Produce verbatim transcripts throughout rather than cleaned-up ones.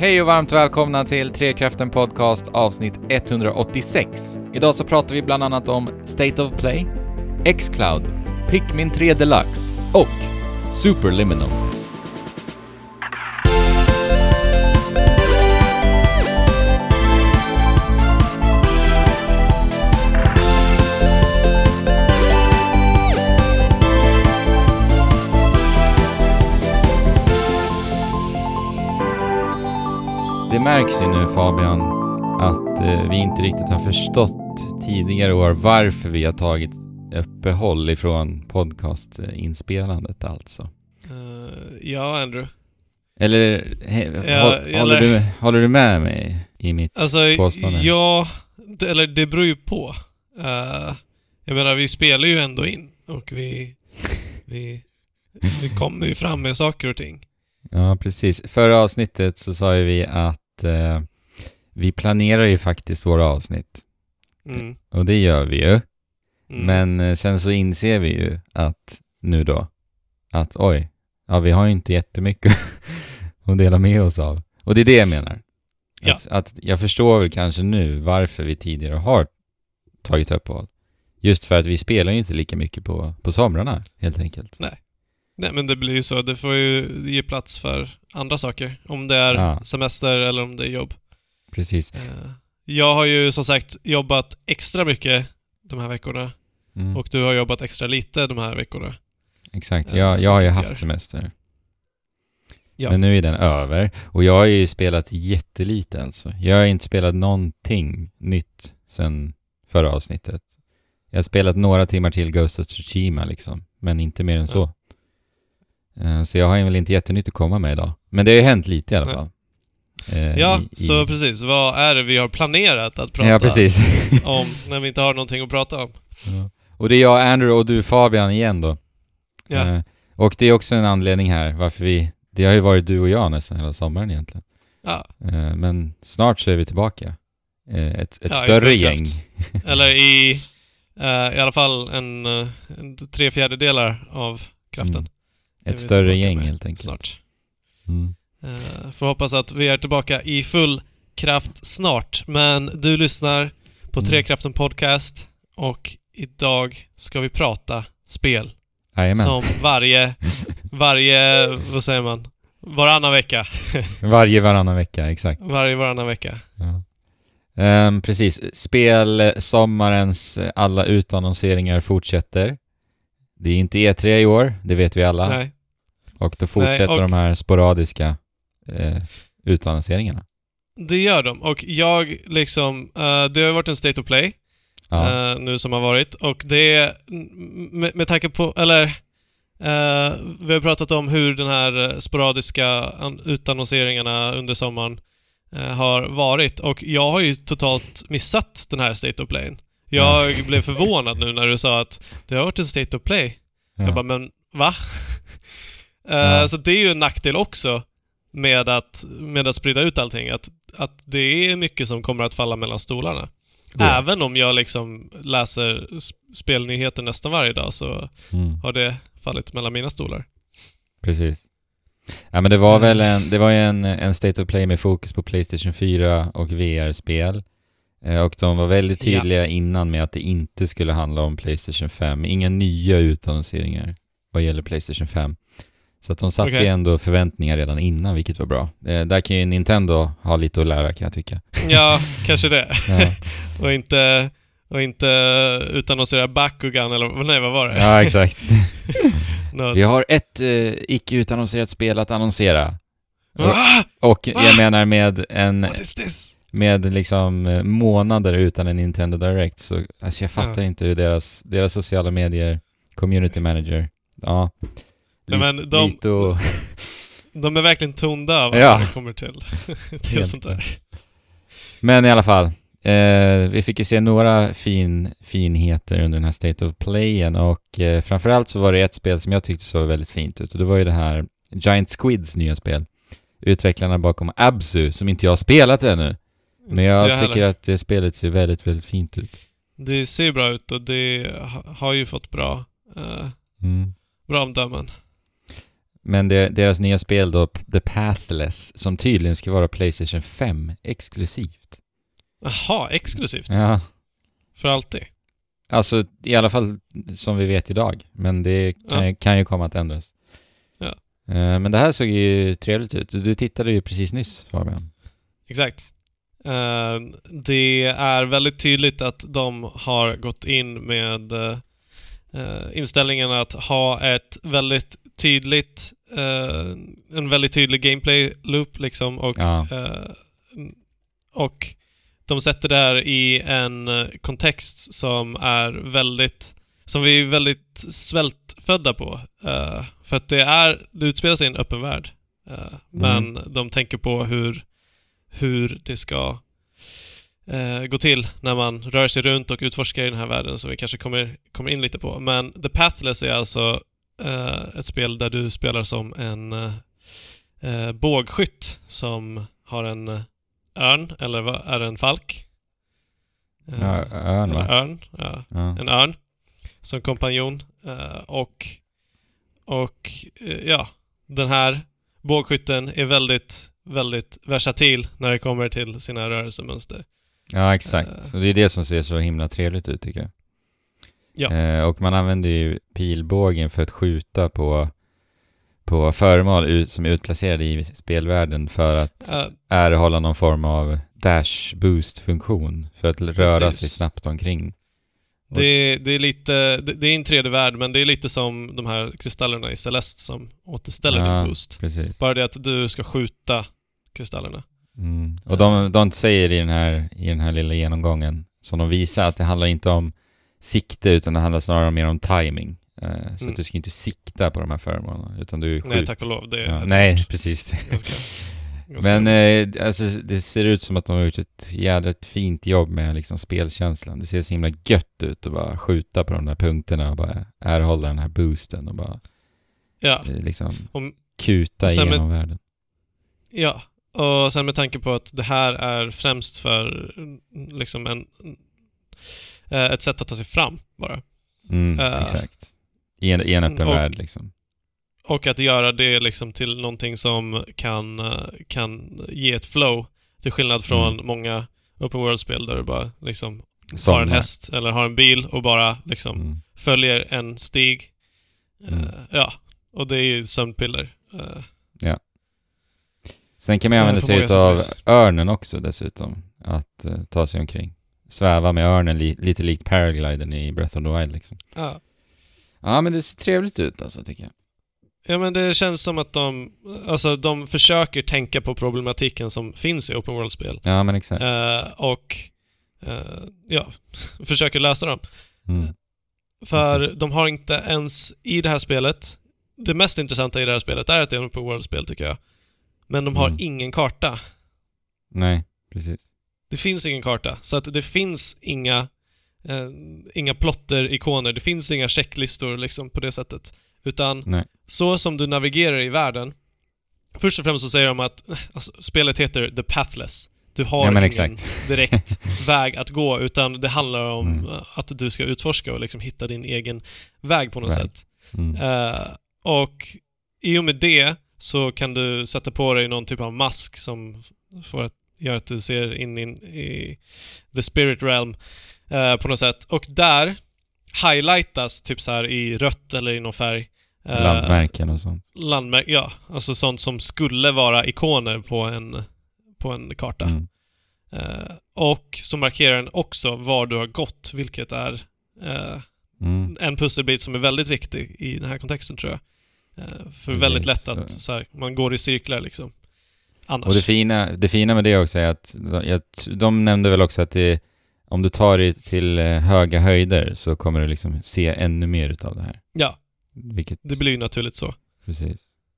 Hej och varmt välkomna till Trekraften Podcast avsnitt etthundraåttiosex. Idag så pratar vi bland annat om State of Play, xCloud, Pikmin tre Deluxe och Superliminal. Det märks ju nu, Fabian, att eh, vi inte riktigt har förstått tidigare år varför vi har tagit uppehåll ifrån podcastinspelandet alltså. Uh, ja, Andrew. Eller, he, ja, hå, eller håller, du, håller du med mig i mitt alltså, påstående? Ja, det, eller det beror ju på. Uh, jag menar, vi spelar ju ändå in och vi, vi, vi kommer ju fram med saker och ting. Ja, precis. Förra avsnittet så sa ju vi att eh, vi planerar ju faktiskt våra avsnitt. Mm. Och det gör vi ju. Mm. Men eh, sen så inser vi ju att nu då, att oj, ja vi har ju inte jättemycket att dela med oss av. Och det är det jag menar. Ja. Att, att jag förstår väl kanske nu varför vi tidigare har tagit uppehåll. Just för att vi spelar ju inte lika mycket på, på somrarna, helt enkelt. Nej. Nej, men det blir ju så. Det får ju ge plats för andra saker. Om det är Ja. semester eller om det är jobb. Precis. Jag har ju som sagt jobbat extra mycket de här veckorna. Mm. Och du har jobbat extra lite de här veckorna. Exakt. Jag, jag har ju tidigare. haft semester. Ja. Men nu är den över. Och jag har ju spelat jättelite alltså. Jag har inte spelat någonting nytt sen förra avsnittet. Jag har spelat några timmar till Ghost of Tsushima liksom. Men inte mer än så. Uh, så jag har ju väl inte jättenytt att komma med idag. Men det har ju hänt lite i alla fall. Uh, ja, i, så i... precis. Vad är det vi har planerat att prata ja, precis. om när vi inte har någonting att prata om? Ja. Och det är jag, Andrew, och du, Fabian, igen då. Ja. Uh, och det är också en anledning här varför vi... Det har ju varit du och jag nästan hela sommaren egentligen. Ja. Uh, men snart så är vi tillbaka. Uh, ett ett Ja, större i gäng. Eller i uh, i alla fall en, uh, en tre fjärdedelar av kraften. Mm. Är Ett vi större tillbaka gäng med helt enkelt. Snart. Mm. Uh, får hoppas att vi är tillbaka i full kraft snart. Men du lyssnar på Mm. Trekraften Podcast och idag ska vi prata spel. Jajamän. Som varje, varje, vad säger man? Varannan vecka. Varje varannan vecka, exakt. Varje varannan vecka. Ja. Um, precis. Spel, sommarens alla utannonseringar fortsätter. Det är inte E tre i år, det vet vi alla. Nej. Och då fortsätter Nej, och de här sporadiska eh, utannonseringarna. det gör de. Och jag liksom, uh, det har varit en State of Play Ja. uh, nu som har varit. Och det är, med, med tanke på, eller uh, vi har pratat om hur den här sporadiska an- utannonseringarna under sommaren uh, har varit. Och jag har ju totalt missat den här State of Play. Jag Ja. blev förvånad nu när du sa att det har varit en State of Play. Ja. Jag bara, men va? uh, Ja. Så det är ju en nackdel också med att, med att sprida ut allting. Att, att det är mycket som kommer att falla mellan stolarna. Ja. Även om jag liksom läser sp- spelnyheter nästan varje dag så Mm. har det fallit mellan mina stolar. Precis. Ja, men det var väl en, det var ju en, en State of Play med fokus på PlayStation fyra och V R-spel. Eh, och de var väldigt tydliga ja. innan med att det inte skulle handla om PlayStation fem. Inga nya utannonseringar vad gäller PlayStation fem. Så att de satte Okay. ändå förväntningar redan innan, vilket var bra. Eh, där kan ju Nintendo ha lite att lära, kan jag tycka. Ja, kanske det. Ja. och inte och inte utannonsera Bakugan eller nej, vad var det? Ja, exakt. Något. Vi har ett eh, icke-utannonserat spel att annonsera. Ah! Och jag menar med en What is this? med liksom eh, månader utan en Nintendo Direct, så alltså jag fattar Ja. inte hur deras deras sociala medier community manager. Ja. Nej, men de, lite och... de är verkligen tonda av Ja. när det kommer till, till sånt där. Men i alla fall, eh, vi fick ju se några fin, finheter under den här State of Playen, och eh, framförallt så var det ett spel som jag tyckte så väldigt fint ut, och det var ju det här Giant Squids nya spel. Utvecklarna bakom Abzu, som inte jag har spelat ännu. Men jag Det tycker heller. att det spelet ser väldigt, väldigt fint ut. Det ser bra ut och det ha- har ju fått bra, eh, Mm. bra omdömen. Men det, deras nya spel då, The Pathless, som tydligen ska vara PlayStation fem exklusivt. Jaha, exklusivt? Ja. För alltid? Alltså, i alla fall som vi vet idag. Men det kan, ja. kan ju komma att ändras. Ja. Uh, men det här såg ju trevligt ut. Du tittade ju precis nyss, Fabian. Exakt. Uh, det är väldigt tydligt att de har gått in med uh, inställningen att ha ett väldigt tydligt uh, en väldigt tydlig gameplay loop liksom och ja. uh, och de sätter det här i en kontext som är väldigt som vi är väldigt svältfödda på uh, för att det är det utspelar sig i en öppen värld uh, mm. men de tänker på hur hur det ska eh, gå till när man rör sig runt och utforskar i den här världen som vi kanske kommer, kommer in lite på. Men The Pathless är alltså eh, ett spel där du spelar som en eh, bågskytt som har en örn, eller vad är det, en falk? Eh, ja, örn, va? Örn, ja. ja. En örn som kompanjon eh, och och eh, ja, den här bågskytten är väldigt väldigt versatil när det kommer till sina rörelsemönster. Ja, exakt. Uh, och det är det som ser så himla trevligt ut, tycker jag. Ja. Uh, och man använder ju pilbågen för att skjuta på, på föremål ut, som är utplacerade i spelvärlden för att uh, erhålla någon form av dash boost-funktion för att röra precis. sig snabbt omkring. Det, det är lite det, det är en tredje värld, men det är lite som de här kristallerna i Celeste som återställer ja, din boost. Precis. Bara det att du ska skjuta kristallerna. Mm. Och de, de säger i den, här, i den här lilla genomgången som de visar att det handlar inte om sikte utan det handlar snarare mer om timing. Uh, så mm. att du ska inte sikta på de här föremålen utan du skjuter. Nej, tack och lov. Det är ja, nej, gjort. Precis. Ganska, ganska Men eh, alltså, det ser ut som att de har gjort ett jävligt fint jobb med liksom, spelkänslan. Det ser så himla gött ut att bara skjuta på de där punkterna och bara erhålla den här boosten och bara ja. eh, liksom Om, kuta igenom med, världen. Ja, och sen med tanke på att det här är främst för liksom en ett sätt att ta sig fram bara. Mm, uh, exakt. I en, i en öppen och, värld liksom. Och att göra det liksom till någonting som kan, kan ge ett flow till skillnad från mm. många open world-spel där du bara liksom Som har en häst eller har en bil och bara liksom mm. följer en stig. Mm. Uh, ja, och det är ju sömnpiller. Uh, ja. Sen kan man använda sig av örnen också dessutom. Att uh, ta sig omkring. Sväva med örnen li- lite likt paragliden i Breath of the Wild liksom. Ja. Ja, men det ser trevligt ut alltså, tycker jag. Ja, men det känns som att de alltså de försöker tänka på problematiken som finns i open world-spel. Ja, men exakt. Uh, och uh, ja, försöker lösa dem. Mm. För mm. de har inte ens i det här spelet, det mest intressanta i det här spelet är att det är ett open world-spel, tycker jag. Men de har mm. ingen karta. Nej, precis. Det finns ingen karta, så att det finns inga eh, inga plotter-ikoner, det finns inga checklistor liksom på det sättet. Utan Nej. så som du navigerar i världen, först och främst så säger de att alltså, spelet heter The Pathless. Du har ja, ingen exakt. direkt väg att gå, utan det handlar om mm. att du ska utforska och liksom hitta din egen väg på något right. sätt. Mm. Uh, och i och med det så kan du sätta på dig någon typ av mask som får att göra att du ser in, in i the spirit realm uh, på något sätt. Och där highlightas typ så här i rött eller i någon färg. Uh, landmärken och sånt. Landmärken, ja. Alltså sånt som skulle vara ikoner på en, på en karta. Mm. Uh, och så markerar den också var du har gått, vilket är uh, mm. en pusselbit som är väldigt viktig i den här kontexten, tror jag. Uh, för Precis. väldigt lätt att så här, man går i cirklar liksom. Annars. Och det fina, det fina med det också är att de, de nämnde väl också att det, om du tar dig till höga höjder så kommer du liksom se ännu mer utav det här. Ja, vilket... det blir ju naturligt så. Precis.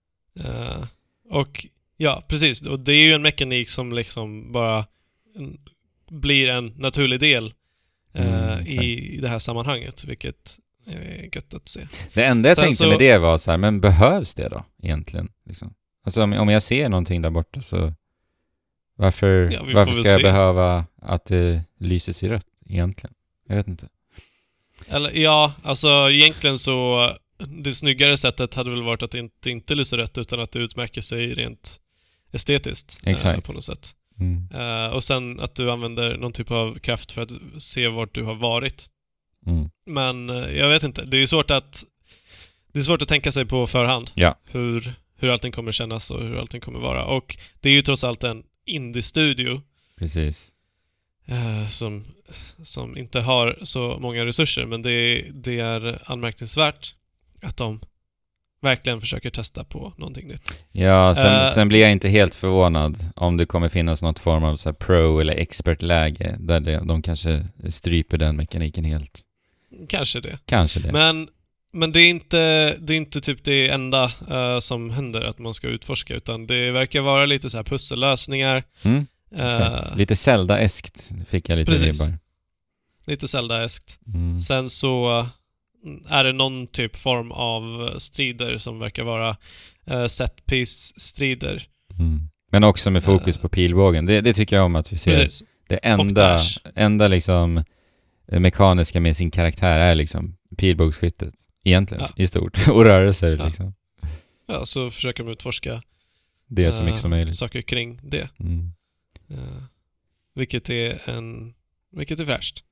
Uh, och ja, precis. Och det är ju en mekanik som liksom bara en, blir en naturlig del uh, mm, i det här sammanhanget, vilket är gött att se. Det enda jag Sen tänkte så... med det var så här, men behövs det då egentligen? Liksom? Alltså om, om jag ser någonting där borta så varför, ja, varför ska jag se. behöva att det lyses i rött egentligen? Jag vet inte. Eller ja, alltså egentligen så det snyggare sättet hade väl varit att det inte, inte lyser rätt utan att det utmärker sig rent estetiskt. Exakt. Eh, på något sätt. Mm. Eh, och sen att du använder någon typ av kraft för att se vart du har varit. Mm. Men eh, jag vet inte, det är svårt att det är svårt att tänka sig på förhand Ja. hur, hur allting kommer kännas och hur allting kommer vara. Och det är ju trots allt en indie-studio Precis. eh, som, som inte har så många resurser, men det, det är anmärkningsvärt att de verkligen försöker testa på någonting nytt. Ja, sen, Eh, sen blir jag inte helt förvånad om det kommer finnas något form av så här pro- eller expert-läge där det, de kanske stryper den mekaniken helt. Kanske det. Kanske det. Men, men det är inte, det är inte typ det enda eh, som händer att man ska utforska, utan det verkar vara lite så här pussellösningar. Mm, eh, exakt. Lite Zelda-eskt fick jag lite Precis. vibbar. lite Zelda-eskt. Mm. Sen så är det någon typ form av strider som verkar vara uh, set-piece-strider. Mm. Men också med fokus Eh. på pilbågen. Det, det tycker jag om att vi ser. Precis. Det enda, dash. enda liksom mekaniska med sin karaktär är liksom pilbågsskyttet. Egentligen, Ja. i stort. Och rörelser Ja. liksom. Ja, så försöker de utforska Det är så eh, mycket som möjligt. saker kring det. Mm. Eh, vilket är en vilket är fräscht.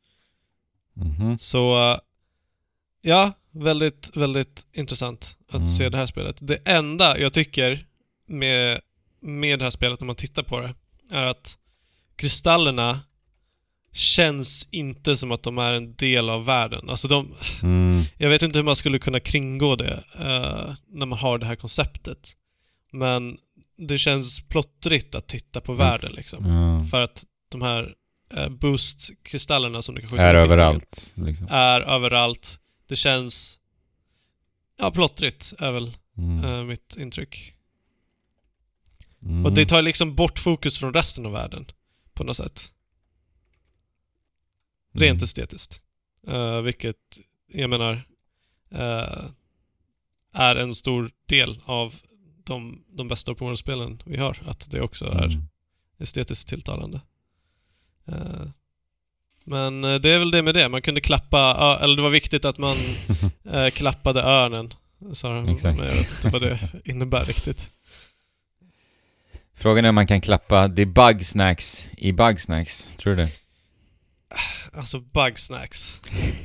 Mhm. Så eh, ja, väldigt, väldigt intressant att Mm. se det här spelet. Det enda jag tycker med, med det här spelet när man tittar på det är att kristallerna känns inte som att de är en del av världen. Alltså de, Mm. jag vet inte hur man skulle kunna kringgå det eh, när man har det här konceptet. Men det känns plottrigt att titta på världen liksom. Ja. För att de här eh, boost-kristallerna som du kan skjuta Är omkring överallt liksom. är överallt. Det känns ja, plottrigt är väl Mm. eh, mitt intryck. Mm. Och det tar liksom bort fokus från resten av världen på något sätt. Rent Mm. estetiskt. Uh, vilket, jag menar, uh, är en stor del av de, de bästa open world-spelen vi har. Att det också är Mm. estetiskt tilltalande. Uh, men uh, det är väl det med det. Man kunde klappa, uh, eller det var viktigt att man uh, klappade örnen. Så, men jag Exakt. vet inte vad det innebär riktigt. Frågan är om man kan klappa the bug snacks i bug snacks. Tror du det? Alltså bug snacks.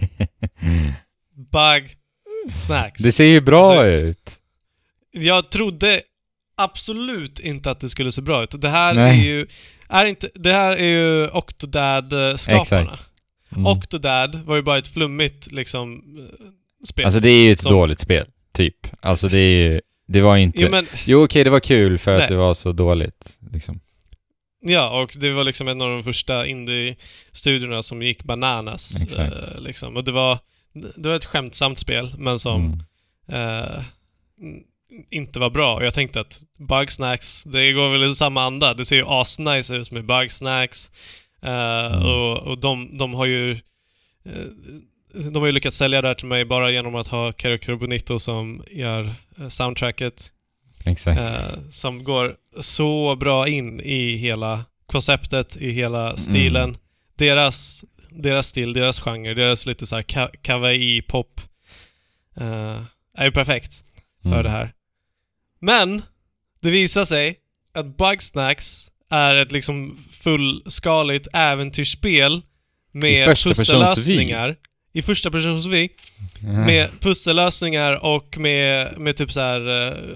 Bug snacks. Det ser ju bra Alltså, ut. Jag trodde absolut inte att det skulle se bra ut. Det här Nej. är ju är inte det här är ju Octodad-skaparna. Exakt. Mm. Octodad var ju bara ett flummigt liksom eh, spel. Alltså det är ju ett som- dåligt spel, typ. Alltså det är ju, det var inte... Jo, men, Jo okej, det var kul för Nej. att det var så dåligt liksom. ja, och det var liksom en av de första indie-studierna som gick bananas. Exakt. Eh, liksom. Och det var, det var ett skämtsamt spel, men som Mm. eh, inte var bra. Och jag tänkte att Bugsnacks, det går väl i samma anda. Det ser ju asnice ut med Bugsnacks. Eh, Mm. Och, och de, de har ju eh, de har ju lyckats sälja det här till mig bara genom att ha Kero Kero Bonito som gör eh, soundtracket. Exakt. Eh, som går så bra in i hela konceptet, i hela stilen. Mm. Deras, deras stil, deras genre, deras lite så här ka- kawaii-pop eh, är ju perfekt för Mm. det här. Men det visar sig att Bugsnacks är ett liksom fullskaligt äventyrsspel I med första persons pussellösningar. I första persons vy. Mm. Med pussellösningar och med, med typ så här eh,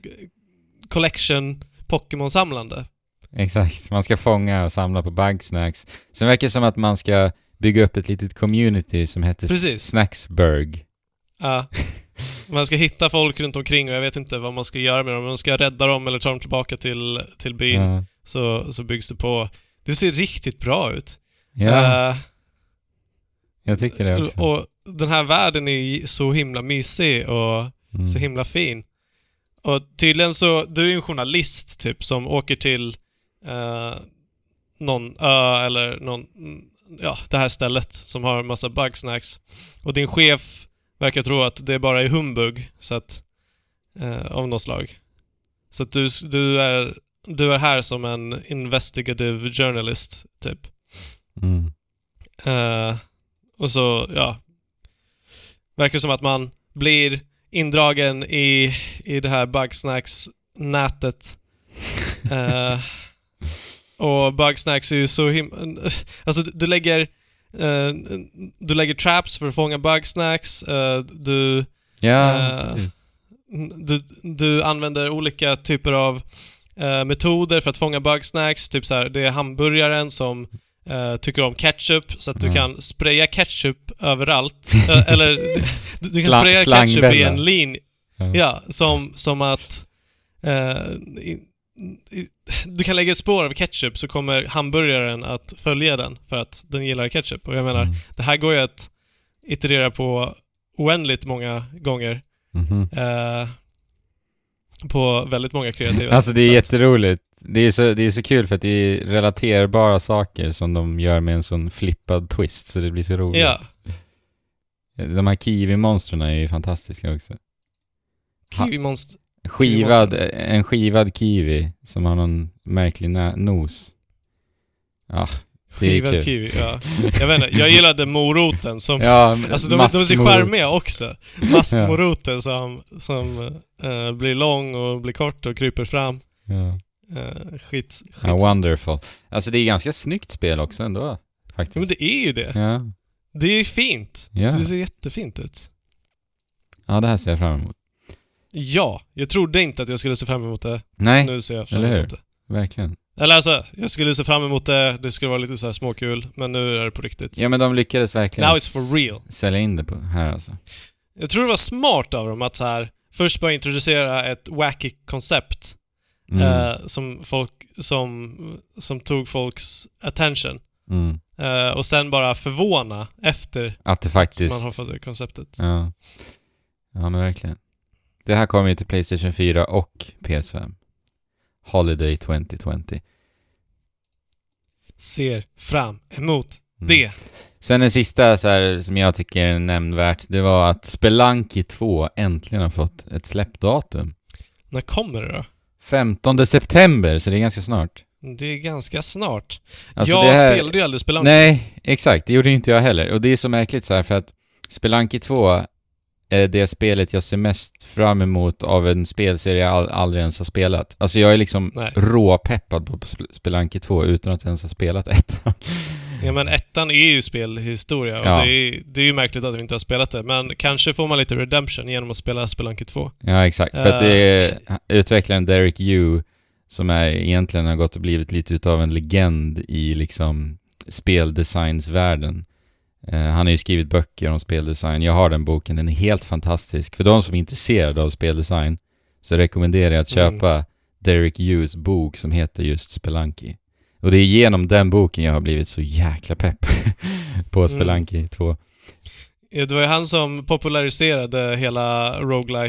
collection Pokémon-samlande. Exakt, man ska fånga och samla på bug snacks. Sen verkar det som att man ska bygga upp ett litet community som heter Precis. Snacksburg. Ja. Man ska hitta folk runt omkring och jag vet inte vad man ska göra med dem. Man ska rädda dem eller ta dem tillbaka till, till byn. Ja. Så, så byggs det på. Det ser riktigt bra ut. Ja, Eh, jag tycker det också. och den här världen är så himla mysig och Mm. så himla fin. Och tydligen så, du är en journalist typ som åker till eh, någon ö eller någon, ja, det här stället som har en massa bugsnacks. Och din chef verkar tro att det bara är humbug, så att eh, av något slag. Så att du, du är du är här som en investigative journalist typ. Mm. Eh, och så, ja, verkar som att man blir indragen i, i det här Bugsnax-nätet. uh, och Bugsnax är ju så himla... Alltså du, du lägger uh, du lägger traps för att fånga Bugsnax. Uh, du, Ja, uh, du, du använder olika typer av uh, metoder för att fånga Bugsnax. Typ så här, det är hamburgaren som uh, tycker om ketchup, så att du mm. kan spraya ketchup överallt. uh, eller du, du kan Sla- spraya slangbella. ketchup i en linje. Ja. Ja, som, som att uh, i, i, du kan lägga ett spår av ketchup så kommer hamburgaren att följa den för att den gillar ketchup. Och jag menar, Mm. det här går ju att iterera på oändligt många gånger. Mm-hmm. Uh, på väldigt många kreativa Alltså det är sätt. jätteroligt. Det är, så, det är så kul för att det är relaterbara saker som de gör med en sån flippad twist, så det blir så roligt. Ja, De här kiwi-monstren är ju fantastiska också. kiwi-monster. Skivad, en skivad kiwi som har någon märklig nä- nos. Ja, det är Skivad kul. kiwi, ja. Jag vet inte, jag gillade moroten som... Ja, alltså de, de är så charmiga också. Maskmoroten som, som uh, blir lång och blir kort och kryper fram. Ja. Uh, skit, skit. Ja, wonderful. Alltså det är ganska snyggt spel också ändå, faktiskt. Ja, men det är ju det. Ja. Det är fint. Ja. Det ser jättefint ut. Ja, det här ser jag fram emot. Ja, jag trodde inte att jag skulle se fram emot det. Nej, Nu ser jag fram eller hur? emot det. Verkligen. Eller alltså, jag skulle se fram emot det. Det skulle vara lite så här småkul. Men nu är det på riktigt. Ja, men de lyckades verkligen Now it's for real. sälja in det på här alltså. Jag tror det var smart av dem att så här först bara introducera ett wacky koncept Mm. eh, som folk som som tog folks attention. Mm. Eh, och sen bara förvåna efter Att det faktiskt... man har fått det konceptet. Ja. Ja, men verkligen. Det här kommer ju till PlayStation fyra och P S fem. Holiday tjugo tjugo. Ser fram emot Mm. det. Sen den sista så här, som jag tycker är nämnvärt, det var att Spelunky två äntligen har fått ett släppdatum. När kommer det då? femtonde september, så det är ganska snart. Det är ganska snart. Alltså jag det här... spelade ju aldrig Spelunky. Nej, exakt. Det gjorde inte jag heller. Och det är så märkligt så här för att Spelunky två är det spelet jag ser mest fram emot av en spelserie jag all, aldrig ens har spelat. Alltså jag är liksom Nej. råpeppad på Spelunky två utan att ens ha spelat ett. Ja, men ettan är ju spelhistoria och Ja. det, är, det är ju märkligt att vi inte har spelat det. Men kanske får man lite redemption genom att spela Spelunky två. Ja, exakt. För att det är utvecklaren Derek Yu som är egentligen har gått och blivit lite utav en legend i liksom speldesignsvärlden. Uh, han har ju skrivit böcker om speldesign. Jag har den boken, den är helt fantastisk. För de som är intresserade av speldesign så rekommenderar jag att köpa mm. Derek Yus bok som heter just Spelunky. Och det är genom den boken jag har blivit så jäkla pepp på Spelunky mm. två. Ja, det var ju han som populariserade hela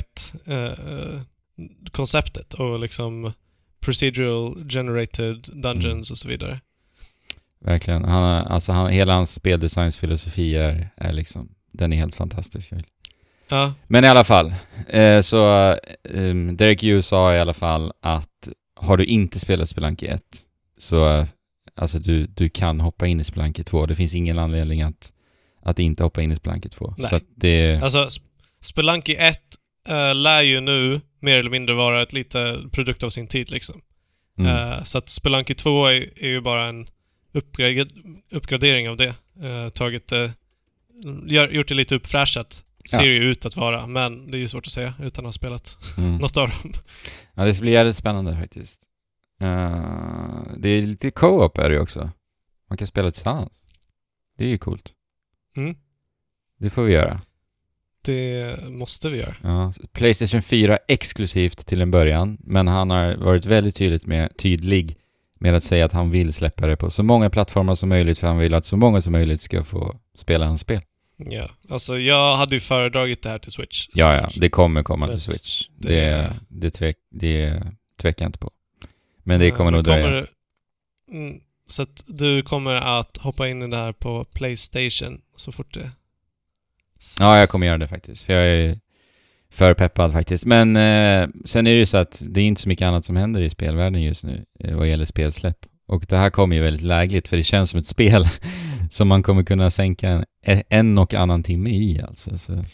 roguelite-konceptet uh, och liksom procedural generated dungeons mm. och så vidare. Verkligen. Han, alltså han, hela hans speldesignsfilosofi är, är liksom, den är helt fantastisk. Ja. Men i alla fall, eh, så eh, Derek Yu sa i alla fall att har du inte spelat Spelunky ett så eh, alltså du, du kan hoppa in i Spelunky två. Det finns ingen anledning att, att inte hoppa in i Spelunky två. Nej. Så att det... Alltså, Spelunky ett äh, lär ju nu mer eller mindre vara ett lite produkt av sin tid liksom. Mm. Äh, så att Spelunky två är, är ju bara en uppgrad- uppgradering av det. Äh, tagit äh, gör, gjort det lite uppfräschat. Ser ju ut att vara, men det är ju svårt att säga utan att ha spelat mm. något av dem. Ja, det blir jävligt spännande faktiskt. Uh, det är lite co-op är det ju också. Man kan spela tillsammans. Det är ju coolt. Mm. Det får vi göra. Det måste vi göra. Ja, PlayStation fyra exklusivt till en början, men han har varit väldigt tydligt med, tydlig med att säga att han vill släppa det på så många plattformar som möjligt för han vill att så många som möjligt ska få spela hans spel. Ja, alltså jag hade ju föredragit det här till Switch. Ja, ja, det kommer komma För till Switch. Det, det, det, tvek, det tvekar jag inte på. Men det kommer ja, nog dröja. Mm, så att du kommer att hoppa in i det här på PlayStation så fort det... Ja, jag kommer göra det faktiskt. Jag är för peppad faktiskt. Men eh, sen är det ju så att det är inte så mycket annat som händer i spelvärlden just nu eh, vad gäller spelsläpp. Och det här kommer ju väldigt lägligt för det känns som ett spel som man kommer kunna sänka en, en och annan timme i alltså. Så.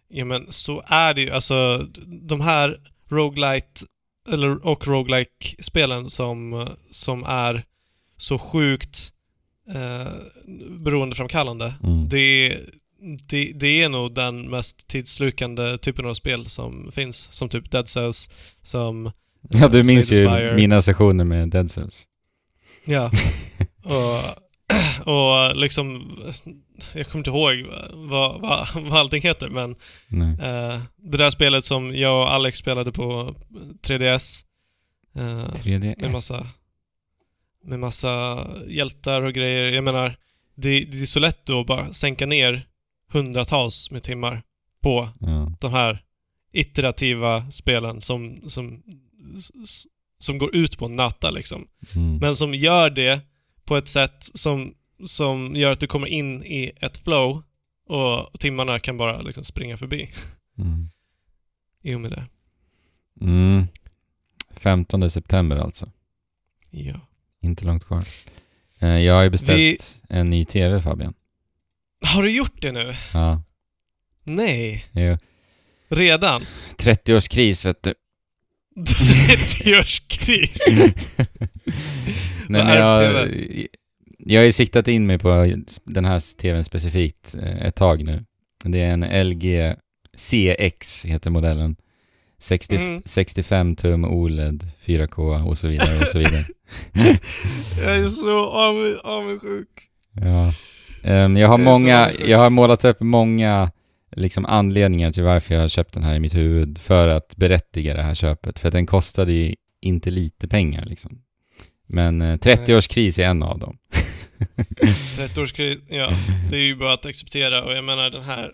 Ja, men så är det ju. Alltså, de här roguelite eller, och roguelike-spelen som, som är så sjukt eh, beroendeframkallande. Mm. Det, det, det är nog den mest tidslukande typen av spel som finns. Som typ Dead Cells, som Ja, du minns Slay the ju Spire. mina sessioner med Dead Cells. Ja. och, och liksom... Jag kommer inte ihåg vad, vad, vad allting heter, men Nej. eh, det där spelet som jag och Alex spelade på tre D S eh, tre D S. med massa med massa hjältar och grejer. Jag menar, det, det är så lätt då att bara sänka ner hundratals med timmar på Ja. de här iterativa spelen som, som, som går ut på en nöta liksom. Mm. Men som gör det på ett sätt som, som gör att du kommer in i ett flow och timmarna kan bara liksom springa förbi Mm. i och med det. Mm. femtonde september alltså. Ja. Inte långt kvar. Eh, Jag har ju beställt Vi- en ny tv, Fabian. Har du gjort det nu? Ja. Nej. Jo. Redan? trettioårskris, vet du. trettioårskris. Nej, Vad men är det för jag, jag har ju siktat in mig på den här tvn specifikt eh, ett tag nu. Det är en L G C X heter modellen. sextio, Mm. sextiofem tum O L E D, fyra K och så vidare och så vidare. Jag är så avund- avundsjuk. Ja. Ehm, jag har Det är så många, sjukt. jag har målat upp många liksom anledningar till varför jag har köpt den här i mitt huvud för att berättiga det här köpet. För att den kostade ju inte lite pengar liksom. Men eh, trettioårskris är en av dem. trettioårskris, ja. Det är ju bara att acceptera, och jag menar den här...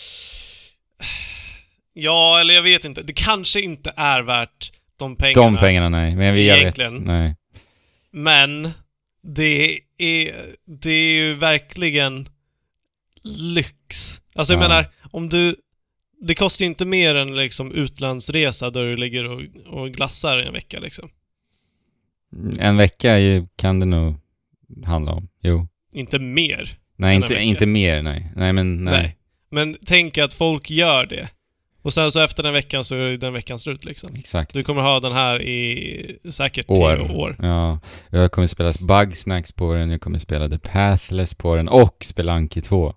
Ja, eller jag vet inte. Det kanske inte är värt de pengarna. De pengarna, nej. Men vi, jag vet, Egentligen. nej. Men det är, det är ju verkligen lyx. Alltså jag Ja. menar, om du... Det kostar ju inte mer än liksom utlandsresa där du ligger och, och glassar en vecka liksom. En vecka är ju, kan det nog handla om. Jo. Inte mer. Nej, En inte, vecka. inte mer, nej. Nej, men nej. Nej. Men tänk att folk gör det. Och sen så efter den veckan så är den veckan slut liksom. Exakt. Du kommer ha den här i säkert År. tio år. Ja. Jag kommer spela Bugsnacks på den, jag kommer spela The Pathless på den och Spelunky två.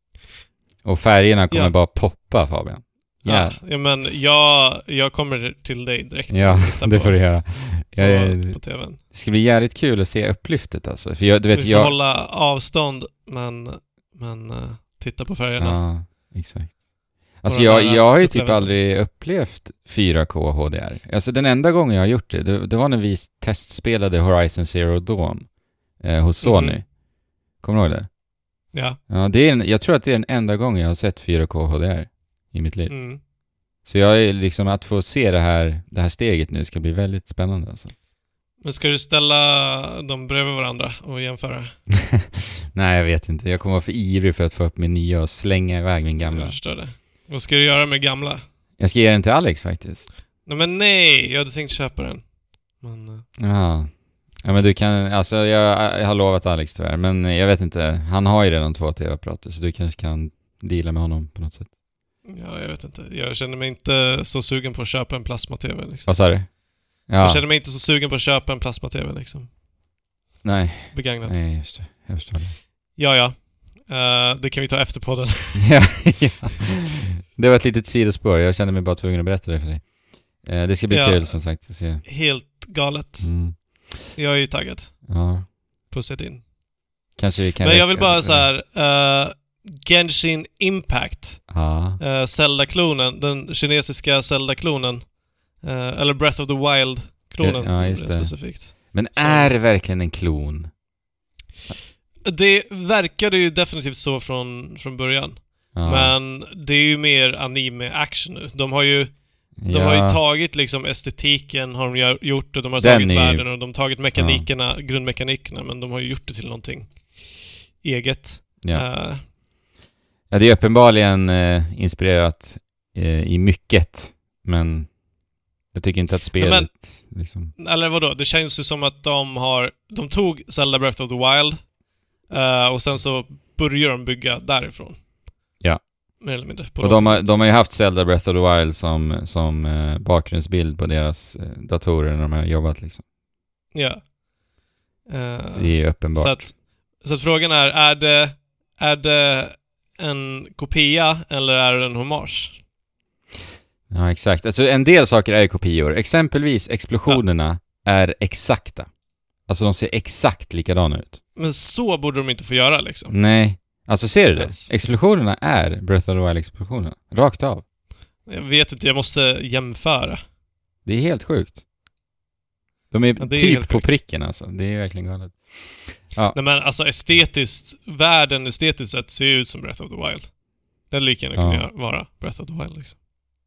Och färgerna kommer Ja. bara poppa, Fabian. Ja, ja men jag, jag kommer till dig direkt. Ja, och tittar det på, får du göra. på, Jag, på tvn. det ska bli jävligt kul att se upplyftet alltså. För jag, du vet, Vi får jag... hålla avstånd, men, men uh, titta på färgerna. Ja, exakt. Alltså den jag, här jag har ju typ upplevelsen. aldrig upplevt fyra K H D R. Alltså den enda gången jag har gjort det, det, det var när vi testspelade Horizon Zero Dawn eh, hos Sony. Mhm. Kommer du ihåg det? Ja. Ja, det är en, jag tror att det är den enda gången jag har sett fyra K H D R i mitt liv. Mm. Så jag är liksom, att få se det här, det här steget nu ska bli väldigt spännande alltså. Men ska du ställa dem bredvid varandra och jämföra? Nej, jag vet inte. Jag kommer vara för ivrig för att få upp min nya och slänga iväg min gamla. Jag förstår det. Vad ska du göra med gamla? Jag ska ge den till Alex faktiskt. Nej men nej, jag hade tänkt köpa den. Men... uh, Ja. Ja, men du kan, alltså jag, jag har lovat Alex tyvärr, men jag vet inte. Han har ju redan två tv-apparater så du kanske kan deala med honom på något sätt. Ja, jag vet inte. Jag känner mig inte så sugen på att köpa en plasma-tv liksom. Vad sa du? Ja. Jag känner mig inte så sugen på att köpa en plasma-tv liksom. Nej, Begagnat. nej, just det. Jag förstår det. Ja, ja. Uh, det kan vi ta efter podden. ja, ja. Det var ett litet sidospår. Jag kände mig bara tvungen att berätta det för dig. Eh, det ska bli Ja. kul som sagt att se. Helt galet. Mm. Jag är ju taggad Ja, på att se din. kanske vi kan... Men jag vill räcka- bara så här. Uh, Genshin Impact. Ja, Uh, Zelda-klonen. Den kinesiska Zelda-klonen. Uh, eller Breath of the Wild-klonen. Ja, just det. Specifikt. men Så- är det verkligen en klon? Det verkade ju definitivt så från, från början. Ja. Men det är ju mer anime-action nu. De har ju De ja. har ju tagit liksom estetiken, har de gör- gjort det. De har Den tagit är ju- världen och de har tagit mekanikerna, grundmekanikerna, men de har ju gjort det till någonting eget. Ja. Eh, Ja, det är uppenbarligen eh, inspirerat eh, i mycket, men jag tycker inte att spelet men- liksom... eller vadå? Det känns ju som att de har... De tog Zelda Breath of the Wild eh, och sen så börjar de bygga därifrån. Ja. mer eller mindre. På och de har, de har ju haft Zelda Breath of the Wild som, som eh, bakgrundsbild på deras eh, datorer när de har jobbat liksom. Ja. Uh, det är uppenbart. Så att, så att frågan är, är det, är det en kopia eller är det en hommage? Ja, exakt. Alltså en del saker är kopior. Exempelvis explosionerna ja. är exakta. Alltså de ser exakt likadana ut. Men så borde de inte få göra liksom. Nej. Alltså ser du det? Yes. Explosionerna är Breath of the Wild-explosionerna. Rakt av. Jag vet inte, jag måste jämföra. Det är helt sjukt. De är, ja, det är typ på sjukt. pricken alltså. Det är verkligen galet. Ja. Nej men alltså estetiskt, världen estetiskt sett ser ut som Breath of the Wild. Den lika gärna ja. kunna vara Breath of the Wild liksom.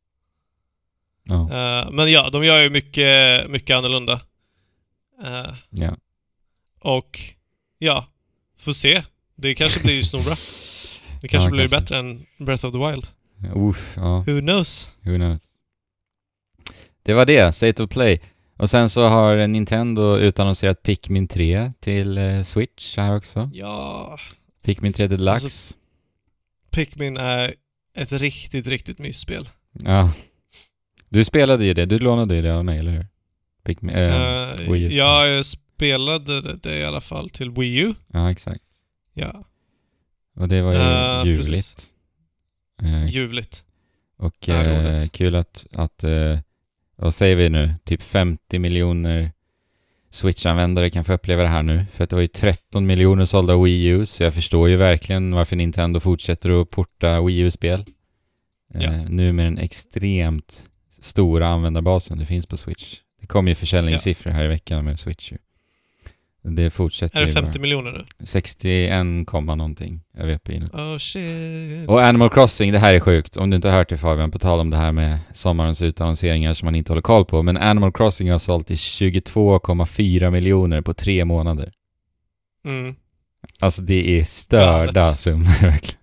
Ja. Uh, men ja, de gör ju mycket, mycket annorlunda. Uh, ja. Och ja, får se. Det kanske blir snorbra. Det kanske ja, blir kanske. bättre än Breath of the Wild. Uff, ja. Who knows? Who knows? Det var det, State of Play. Och sen så har Nintendo utannonserat Pikmin tre till eh, Switch här också. Ja. Pikmin tre Deluxe. Alltså, Pikmin är ett riktigt, riktigt mysspel. Ja. Du spelade ju det, du lånade ju det av mig, eller hur? Pikmin, äh, uh, Wii U. Ja, jag spelade det, det i alla fall till Wii U. Ja, exakt. Ja. Och det var ju uh, ljuvligt. Uh, ljuvligt. Och ja, uh, kul att, att uh, vad säger vi nu? Typ femtio miljoner Switch-användare kan få uppleva det här nu. För att det var ju tretton miljoner sålda Wii U, så jag förstår ju verkligen varför Nintendo fortsätter att porta Wii U-spel. Ja. Uh, nu med den extremt stora användarbasen det finns på Switch. Det kom ju försäljningssiffror här i veckan med Switch ju. Det fortsätter Är det ju femtio bara. miljoner nu? sextioen komma någonting. Jag vet på in. Oh shit. Och Animal Crossing, det här är sjukt. Om du inte har hört det, Fabian, på tal om det här med sommarens utannonseringar som man inte håller koll på. Men Animal Crossing har sålt i tjugotvå komma fyra miljoner på tre månader. Mm. Alltså det är störda summor verkligen.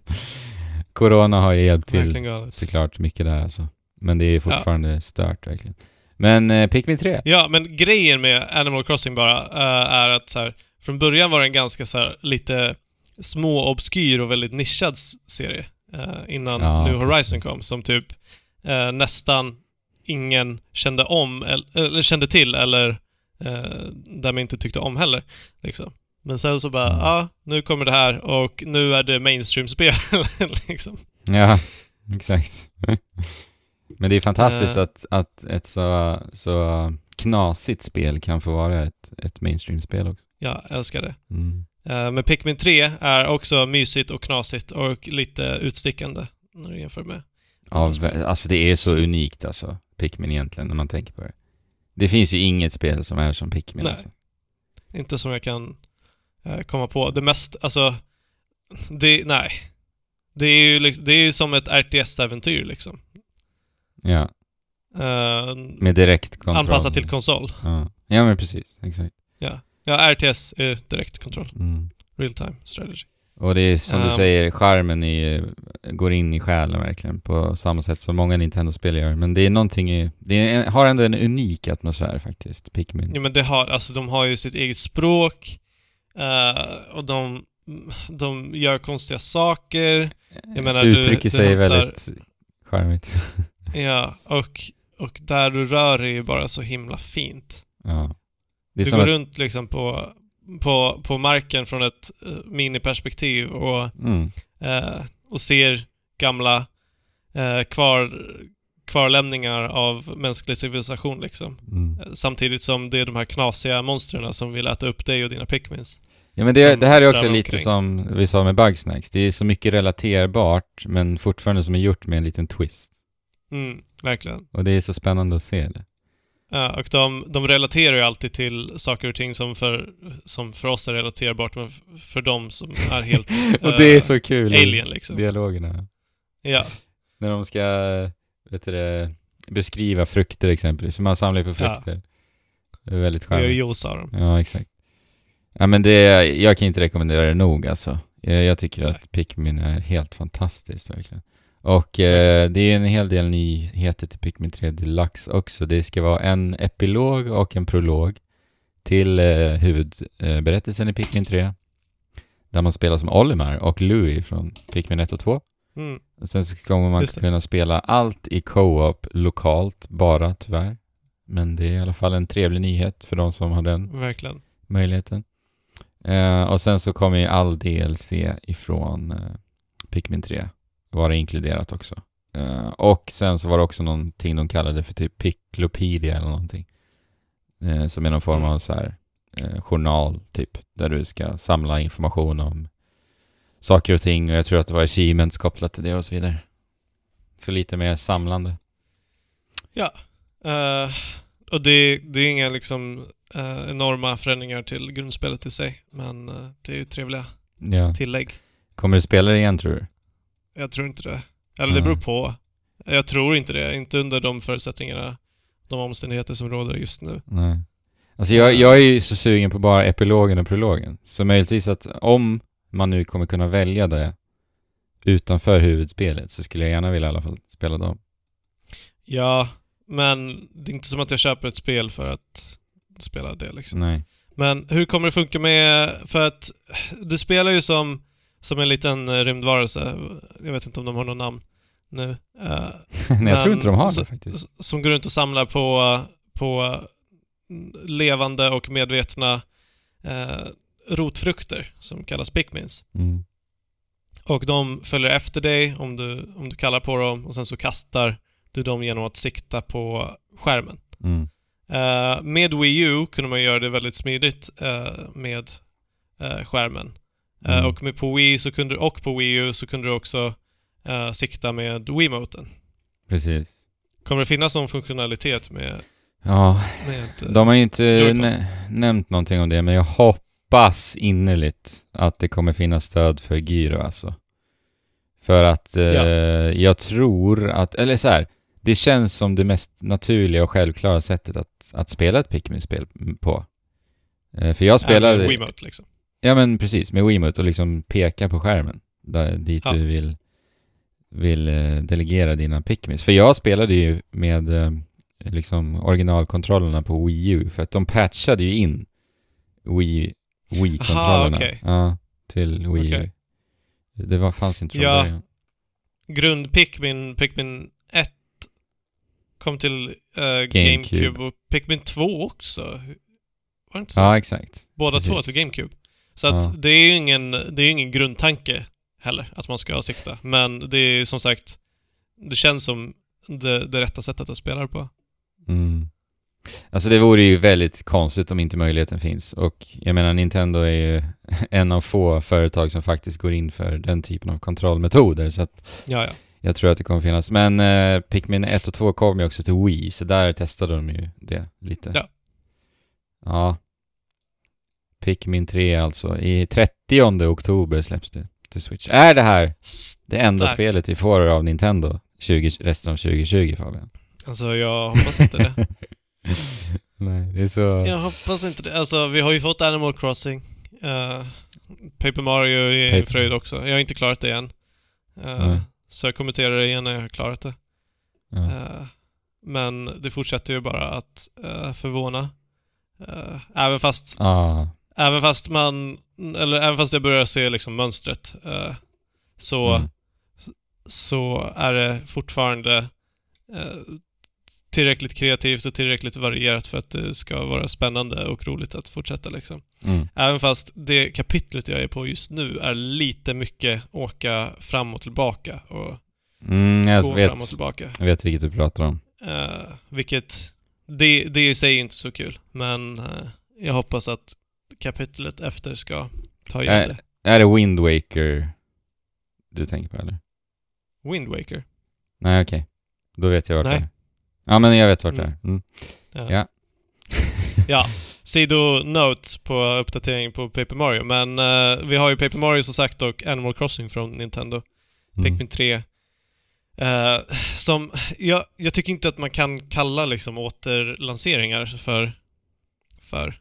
Corona har ju hjälpt till såklart mycket där alltså. Men det är fortfarande ja. stört verkligen. Men eh, Pikmin tre. Ja, men grejen med Animal Crossing bara uh, är att så här, från början var det en ganska så här, lite små, obskyr och väldigt nischad serie uh, innan ja, New Horizon precis. kom, som typ uh, nästan ingen kände om eller, eller kände till eller uh, där man inte tyckte om heller liksom. Men sen så bara, ja, mm. ah, nu kommer det här och nu är det mainstream-spel liksom. Ja, exakt. Men det är fantastiskt uh, att, att ett så, så knasigt spel kan få vara ett, ett mainstream-spel också. Ja, jag älskar det. Mm. Uh, men Pikmin tre är också mysigt och knasigt och lite utstickande när du jämför med. Ja, alltså det är så, så unikt alltså, Pikmin egentligen, när man tänker på det. Det finns ju inget spel som är som Pikmin. Nej, alltså. Inte som jag kan uh, komma på. Det mest, alltså, det, nej. Det är ju liksom, det är ju som ett R T S-äventyr liksom. Ja. Uh, med direkt kontroll. Anpassat till konsol. Ja, ja men precis, exakt. Ja, ja R T S är direkt kontroll. Mm. Real time strategy. Och det är som um, du säger, charmen är, går in i själen verkligen på samma sätt som många Nintendo-spel gör. Men det är någonting i, det är, har ändå en unik atmosfär faktiskt, Pikmin. Ja, men det har, alltså de har ju sitt eget språk uh, och de, de gör konstiga saker. Jag menar, uttrycker du, sig du hämtar, väldigt charmigt. Ja, och, och där du rör är ju bara så himla fint. Ja. Det är du som går att... runt liksom på, på, på marken från ett uh, miniperspektiv och, mm. uh, och ser gamla uh, kvar, kvarlämningar av mänsklig civilisation liksom. Mm. Uh, samtidigt som det är de här knasiga monstren som vill äta upp dig och dina Pikmins. Ja, men det, det här är också lite omkring. som vi sa med Bugsnax. Det är så mycket relaterbart, men fortfarande som är gjort med en liten twist. Mm, verkligen. Och det är så spännande att se det. Ja, och de, de relaterar ju alltid till saker och ting som för, som för oss är relaterbart, men för dem som är helt och det är så kul alien liksom. Dialogerna. Ja. När de ska vet du det, beskriva frukter exempelvis. För man samlar på frukter. Ja. Det är väldigt charmigt. Vi gör juice av dem. Ja, exakt. Ja, men det, jag kan inte rekommendera det nog alltså. Jag, jag tycker Nej. att Pikmin är helt fantastiskt verkligen. Och eh, det är en hel del nyheter till Pikmin tre Deluxe också. Det ska vara en epilog och en prolog till eh, huvudberättelsen i Pikmin tre. Där man spelar som Olimar och Louie från Pikmin ett och två. Mm. Och sen så kommer man kunna spela allt i co-op lokalt bara, tyvärr. Men det är i alla fall en trevlig nyhet för de som har den Verkligen. möjligheten. Uh, och sen så kommer ju all D L C ifrån uh, Pikmin tre vara inkluderat också. Uh, och sen så var det också någonting de kallade för typ Piklopedia eller någonting. Uh, som är någon form av så här uh, journal typ, där du ska samla information om saker och ting, och jag tror att det var achievements kopplat till det och så vidare. Så lite mer samlande. Ja. Uh, och det, det är inga liksom uh, enorma förändringar till grundspelet i sig, men uh, det är ju trevliga ja. tillägg. Kommer du spela det igen, tror du? Jag tror inte det. Eller det beror på. Jag tror inte det. Inte under de förutsättningarna, de omständigheter som råder just nu. Nej. Alltså jag, jag är ju så sugen på bara epilogen och prologen. Så möjligtvis att om man nu kommer kunna välja det utanför huvudspelet, så skulle jag gärna vilja i alla fall spela dem. Ja, men det är inte som att jag köper ett spel för att spela det liksom. Nej. Men hur kommer det funka med... För att du spelar ju som, som en liten rymdvarelse. Jag vet inte om de har någon namn nu. Uh, Nej, jag tror inte de har så, det faktiskt. Som går runt och samlar på, på levande och medvetna uh, rotfrukter som kallas Pikmins. Mm. Och de följer efter dig om du, om du kallar på dem, och sen så kastar du dem genom att sikta på skärmen. Mm. Uh, med Wii U kunde man göra det väldigt smidigt uh, med uh, skärmen. Uh, Mm. och med på Wii så kunde, och på Wii U så kunde du också uh, sikta med Wiimoten. Precis. Kommer det finnas någon funktionalitet med... Ja, med uh, de har ju inte nä- nämnt någonting om det, men jag hoppas innerligt att det kommer finnas stöd för gyro alltså. För att uh, Ja. jag tror att, eller så här, det känns som det mest naturliga och självklara sättet att, att spela ett Pikmin-spel på. Uh, för jag spelade... Med Wiimote liksom. Ja, men precis, med Wiimote och liksom peka på skärmen där, dit Ja. du vill, vill eh, delegera dina Pikmins. För jag spelade ju med eh, liksom originalkontrollerna på Wii U, för att de patchade ju in Wii, Wii-kontrollerna. Aha, okay. Ja, till Wii Okay. U. Det var, fanns inte från Ja. början. Grund Pikmin, Pikmin ett kom till uh, GameCube. GameCube, och Pikmin två också. Var det inte så? Ja, exakt. Båda Precis. två till GameCube. Så att Ja. det är ju ingen, det är ingen grundtanke heller att man ska sikta. Men det är som sagt, det känns som det, det rätta sättet att spela på. Mm. Alltså det vore ju väldigt konstigt om inte möjligheten finns. Och jag menar, Nintendo är ju en av få företag som faktiskt går in för den typen av kontrollmetoder. Så att Ja, ja. jag tror att det kommer finnas. Men eh, Pikmin ett och två kom ju också till Wii, så där testade de ju det lite. Ja. Ja. Pikmin tre alltså. I trettionde oktober släpps det till Switch. Är det här det enda Stark. spelet vi får av Nintendo tjugo, resten av tjugo tjugo, Fabian? Alltså jag hoppas inte det. Nej, det är så... Jag hoppas inte det. Alltså vi har ju fått Animal Crossing. Uh, Paper Mario är en Paper. fröjd också. Jag har inte klarat det än. Uh, Nej. Så jag kommenterar det igen när jag har klarat det. Ja. Uh, men det fortsätter ju bara att uh, förvåna. Uh, även fast Ah, även fast man eller även fast jag börjar se liksom mönstret uh, så mm. så är det fortfarande uh, tillräckligt kreativt och tillräckligt varierat för att det ska vara spännande och roligt att fortsätta liksom. Mm. Även fast det kapitlet jag är på just nu är lite mycket åka fram och tillbaka och Mm, jag gå vet, fram och tillbaka. jag vet vilket du pratar om. Uh, vilket det, det i sig är inte så kul, men uh, jag hoppas att kapitlet efter ska ta igen Är, det. är det Wind Waker du tänker på, eller? Wind Waker. Nej, okej. Då vet jag vart Nej. det är. Ja, men jag vet vart Mm. det är. Mm. Ja. Ja. Ja, sido-note på uppdatering på Paper Mario. Men uh, vi har ju Paper Mario som sagt och Animal Crossing från Nintendo. Mm. Pikmin tre. Uh, som, jag, jag tycker inte att man kan kalla liksom återlanseringar för, för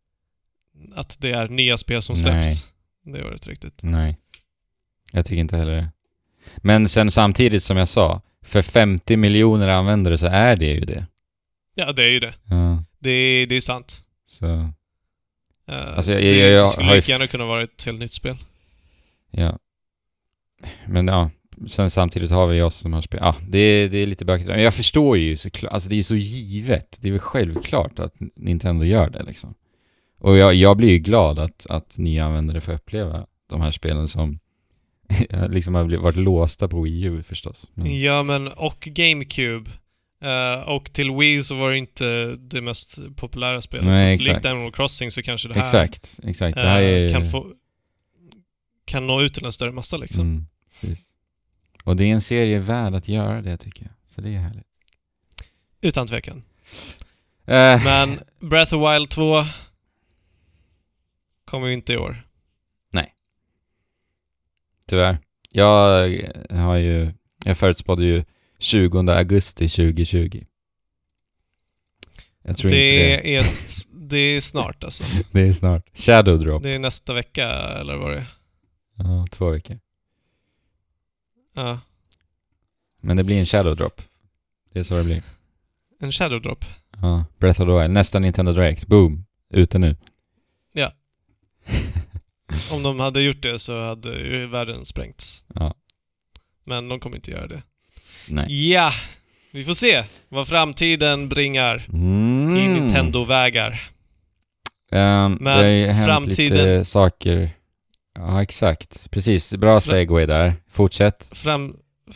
att det är nya spel som släpps. Det var rätt riktigt. Nej. Jag tycker inte heller det. Men sen samtidigt som jag sa, för femtio miljoner användare så är det ju det. Ja, det är ju det. Ja. Det är, det är sant. Så, Uh, Alltså, jag- jag- det jag skulle har ju lika gärna kunna vara ett helt nytt spel. ja. Men ja, sen samtidigt har vi oss som har spelat. Ja, det är, det är lite bökigt. Men jag förstår ju såklart, alltså det är ju så givet. Det är väl självklart att Nintendo gör det liksom. Och jag, jag blir ju glad att, att nya användare får uppleva de här spelen som liksom har varit låsta på Wii U förstås. Mm. Ja, men och GameCube. Uh, och till Wii så var det inte det mest populära spelet. Nej, så likt Animal Crossing så kanske det här, exakt, exakt. Det här är... uh, kan, få, kan nå ut till en större massa liksom. Mm, precis. Och det är en serie värd att göra det tycker jag. Så det är härligt. Utan tvekan. Uh, Men Breath of the Wild två kommer ju inte i år. Nej. Tyvärr. Jag har ju... Jag förutspådde ju tjugonde augusti tjugohundratjugo. Jag tror det, inte det. Är, det är snart alltså. Det är snart. Shadow Drop. Det är nästa vecka, eller vad det är? Ja, två veckor. Ja. Men det blir en Shadow Drop. Det är så det blir. En Shadow Drop? Ja, Breath of the Wild. Nästa Nintendo Direct. Boom. Ute nu. Ja. Om de hade gjort det så hade ju världen sprängts. Ja. Men de kommer inte göra det. Nej. Ja, vi får se vad framtiden bringar mm. i Nintendo-vägar. Um, Men det har ju hänt framtiden... lite saker. Ja, exakt. Precis, bra Fra... segway där. Fortsätt. Fram...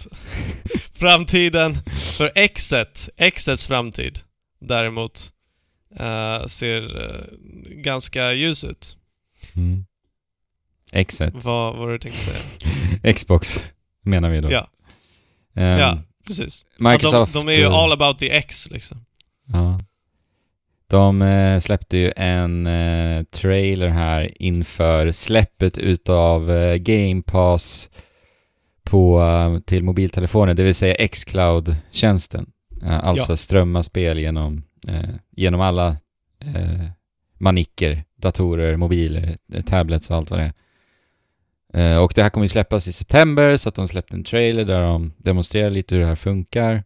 framtiden för Xet, Xets framtid däremot uh, ser uh, ganska ljus ut. Mm. Xet. Vad var det du tänkte säga? Xbox menar vi då. Ja. Um, ja, precis. Microsoft, ja, de, de är ju all about the X liksom. Ja. De eh, släppte ju en eh, trailer här inför släppet utav eh, Game Pass på, uh, till mobiltelefoner, det vill säga xCloud-tjänsten. Uh, alltså ja. strömma spel genom, uh, genom alla uh, manicker, datorer, mobiler, tablets och allt vad det är. Uh, och det här kommer ju släppas i september, så att de släppte en trailer där de demonstrerar lite hur det här funkar.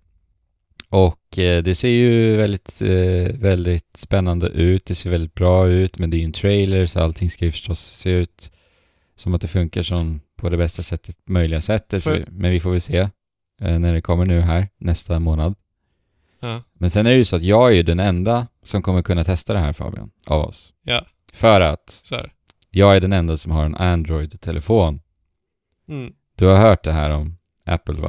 Och uh, det ser ju väldigt, uh, väldigt spännande ut, det ser väldigt bra ut, men det är ju en trailer så allting ska ju förstås se ut som att det funkar som på det bästa sättet, möjliga sättet. För... Men vi får väl se eh, när det kommer nu här nästa månad. Ja. Men sen är det ju så att jag är ju den enda som kommer kunna testa det här, Fabian, av oss. Ja. För att så är jag är den enda som har en Android-telefon. Mm. Du har hört det här om Apple, va?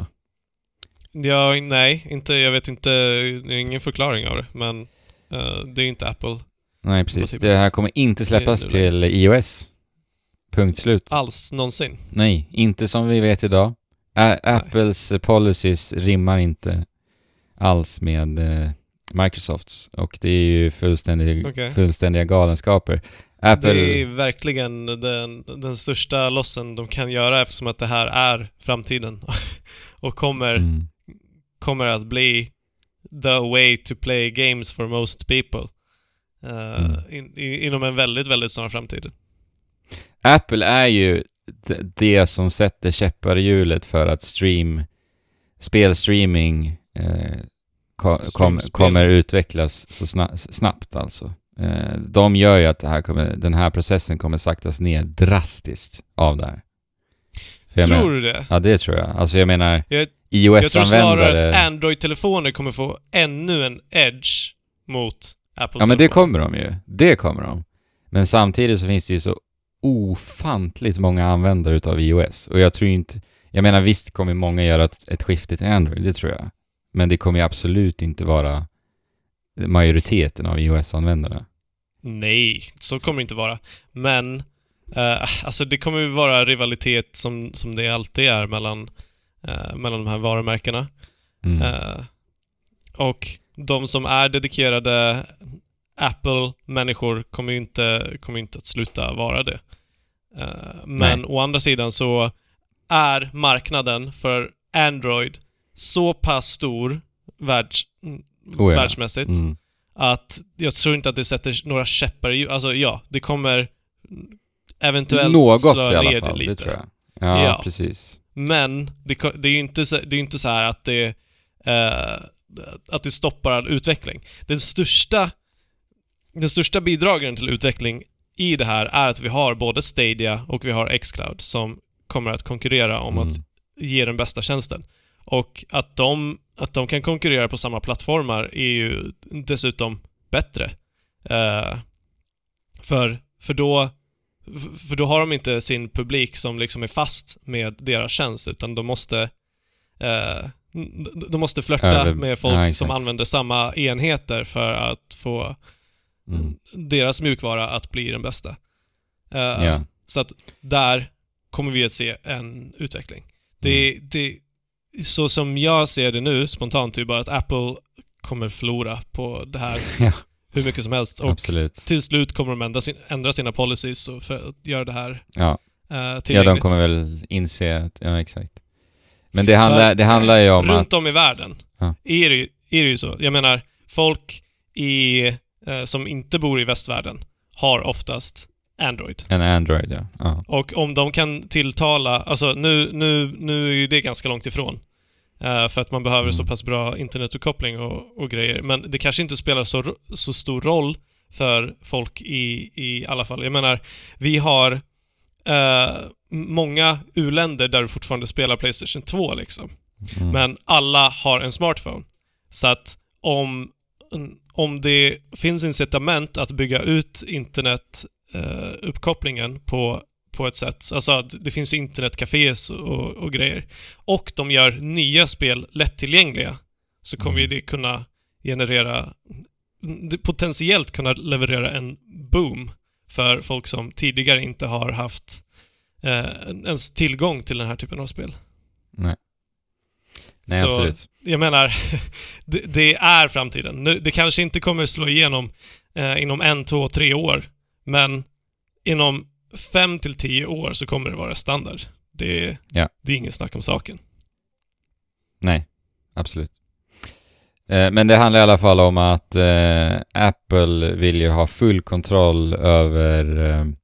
Ja, nej, inte, jag vet inte, det är ingen förklaring av det, men uh, det är inte Apple. Nej, precis. Det här kommer inte släppas till iOS. Punkt slut. Alls någonsin? Nej, inte som vi vet idag. A- Apples Nej. policies rimmar inte alls med eh, Microsofts. Och det är ju fullständiga, okay. fullständiga galenskaper. Apple... Det är verkligen den, den största lossen de kan göra, eftersom att det här är framtiden. Och kommer, mm. kommer att bli the way to play games for most people. Uh, mm. in, in, inom en väldigt, väldigt snar framtid. Apple är ju det som sätter käppar i hjulet för att stream, spelstreaming eh, ko, kom, kommer utvecklas så sna, snabbt alltså. Eh, de gör ju att det här kommer, den här processen kommer saktas ner drastiskt av det här. För tror menar, du det? Ja, det tror jag. Alltså jag menar jag, iOS-användare... Jag tror snarare att Android-telefoner kommer få ännu en edge mot Apple-telefoner. Ja, men det kommer de ju. Det kommer de. Men samtidigt så finns det ju så ofantligt många användare utav iOS. Och jag tror inte... Jag menar, visst kommer många göra ett, ett skifte till Android, det tror jag. Men det kommer ju absolut inte vara majoriteten av iOS-användarna. Nej, så kommer det inte vara. Men eh, alltså det kommer ju vara rivalitet som, som det alltid är mellan, eh, mellan de här varumärkena. Mm. Eh, och de som är dedikerade Apple-människor kommer ju inte, kommer inte att sluta vara det. Uh, men Nej. Å andra sidan så är marknaden för Android så pass stor världs, oh ja. världsmässigt mm. att jag tror inte att det sätter några käppar i, alltså ja, det kommer eventuellt något slå i alla ner fall, det lite. Det tror jag. Ja, ja, precis. Men det, det är ju inte, det är inte så här att det uh, att det stoppar all utveckling. Den största Den största bidragen till utveckling i det här är att vi har både Stadia och vi har xCloud som kommer att konkurrera om mm. att ge den bästa tjänsten. Och att de, att de kan konkurrera på samma plattformar är ju dessutom bättre. Uh, för, för, då, för då har de inte sin publik som liksom är fast med deras tjänst, utan de måste uh, de måste flirta Över, med folk ja, som använder samma enheter för att få mm. deras mjukvara att bli den bästa. Uh, ja. Så att där kommer vi att se en utveckling. Det, mm. det, så som jag ser det nu spontant är bara att Apple kommer förlora på det här ja. hur mycket som helst. Och Absolut. till slut kommer de ändra, sin, ändra sina policies för att göra det här ja. uh, tillgängligt. Ja, de kommer väl inse att, ja exakt. Men det handlar, det handlar ju om runt att... om i världen ja. är, det ju, är det ju så. Jag menar, folk i, uh, som inte bor i västvärlden har oftast Android. En Android, ja. ja. Och om de kan tilltala... Alltså nu, nu, nu är ju det ganska långt ifrån. Uh, för att man behöver mm. så pass bra internetuppkoppling och, och grejer. Men det kanske inte spelar så, så stor roll för folk i, i alla fall. Jag menar, vi har uh, många u-länder där du fortfarande spelar PlayStation två liksom. Mm. Men alla har en smartphone. Så att om, om det finns incitament att bygga ut internet Uh, uppkopplingen på, på ett sätt. Alltså det finns ju internetcafés och, och grejer. Och de gör nya spel lättillgängliga. Så kommer mm. det kunna generera det potentiellt kunna leverera en boom för folk som tidigare inte har haft uh, ens tillgång till den här typen av spel. Nej. Nej, så, absolut. Jag menar, det, det är framtiden. Nu, det kanske inte kommer slå igenom uh, inom en, två, tre år. Men inom fem till tio år så kommer det vara standard. Det, ja. det är ingen snack om saken. Nej, absolut. Eh, men det handlar i alla fall om att eh, Apple vill ju ha full kontroll över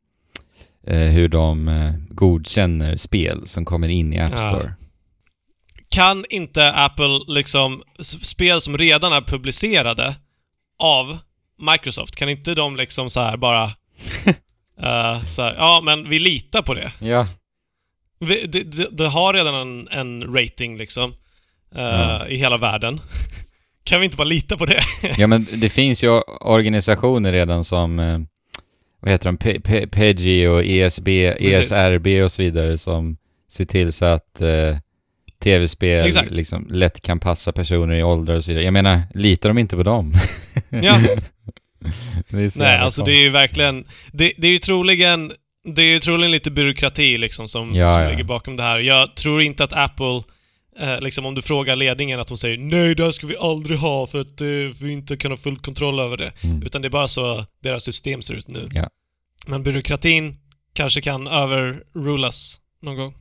eh, hur de eh, godkänner spel som kommer in i App Store. Ja. Kan inte Apple liksom spel som redan är publicerade av Microsoft, kan inte de liksom så här bara uh, så här, ja men vi litar på det. Ja. Vi, det, det, det har redan en, en rating liksom uh, ja. i hela världen. Kan vi inte bara lita på det? Ja, men det finns ju organisationer redan som eh, vad heter de? P- P- P E G I och E S B, E S R B och så vidare som ser till så att eh, tv-spel liksom lätt kan passa personer i åldrar och så vidare. Jag menar, litar de inte på dem? Ja. Nej, alltså kom. Det är ju verkligen det, det är ju troligen det är ju troligen lite byråkrati liksom som, ja, som ja. ligger bakom det här. Jag tror inte att Apple eh, liksom om du frågar ledningen att de säger nej, det här ska vi aldrig ha för att eh, vi inte kan ha full kontroll över det. Mm. Utan det är bara så deras system ser ut nu. Ja. Men byråkratin kanske kan överrulas någon gång.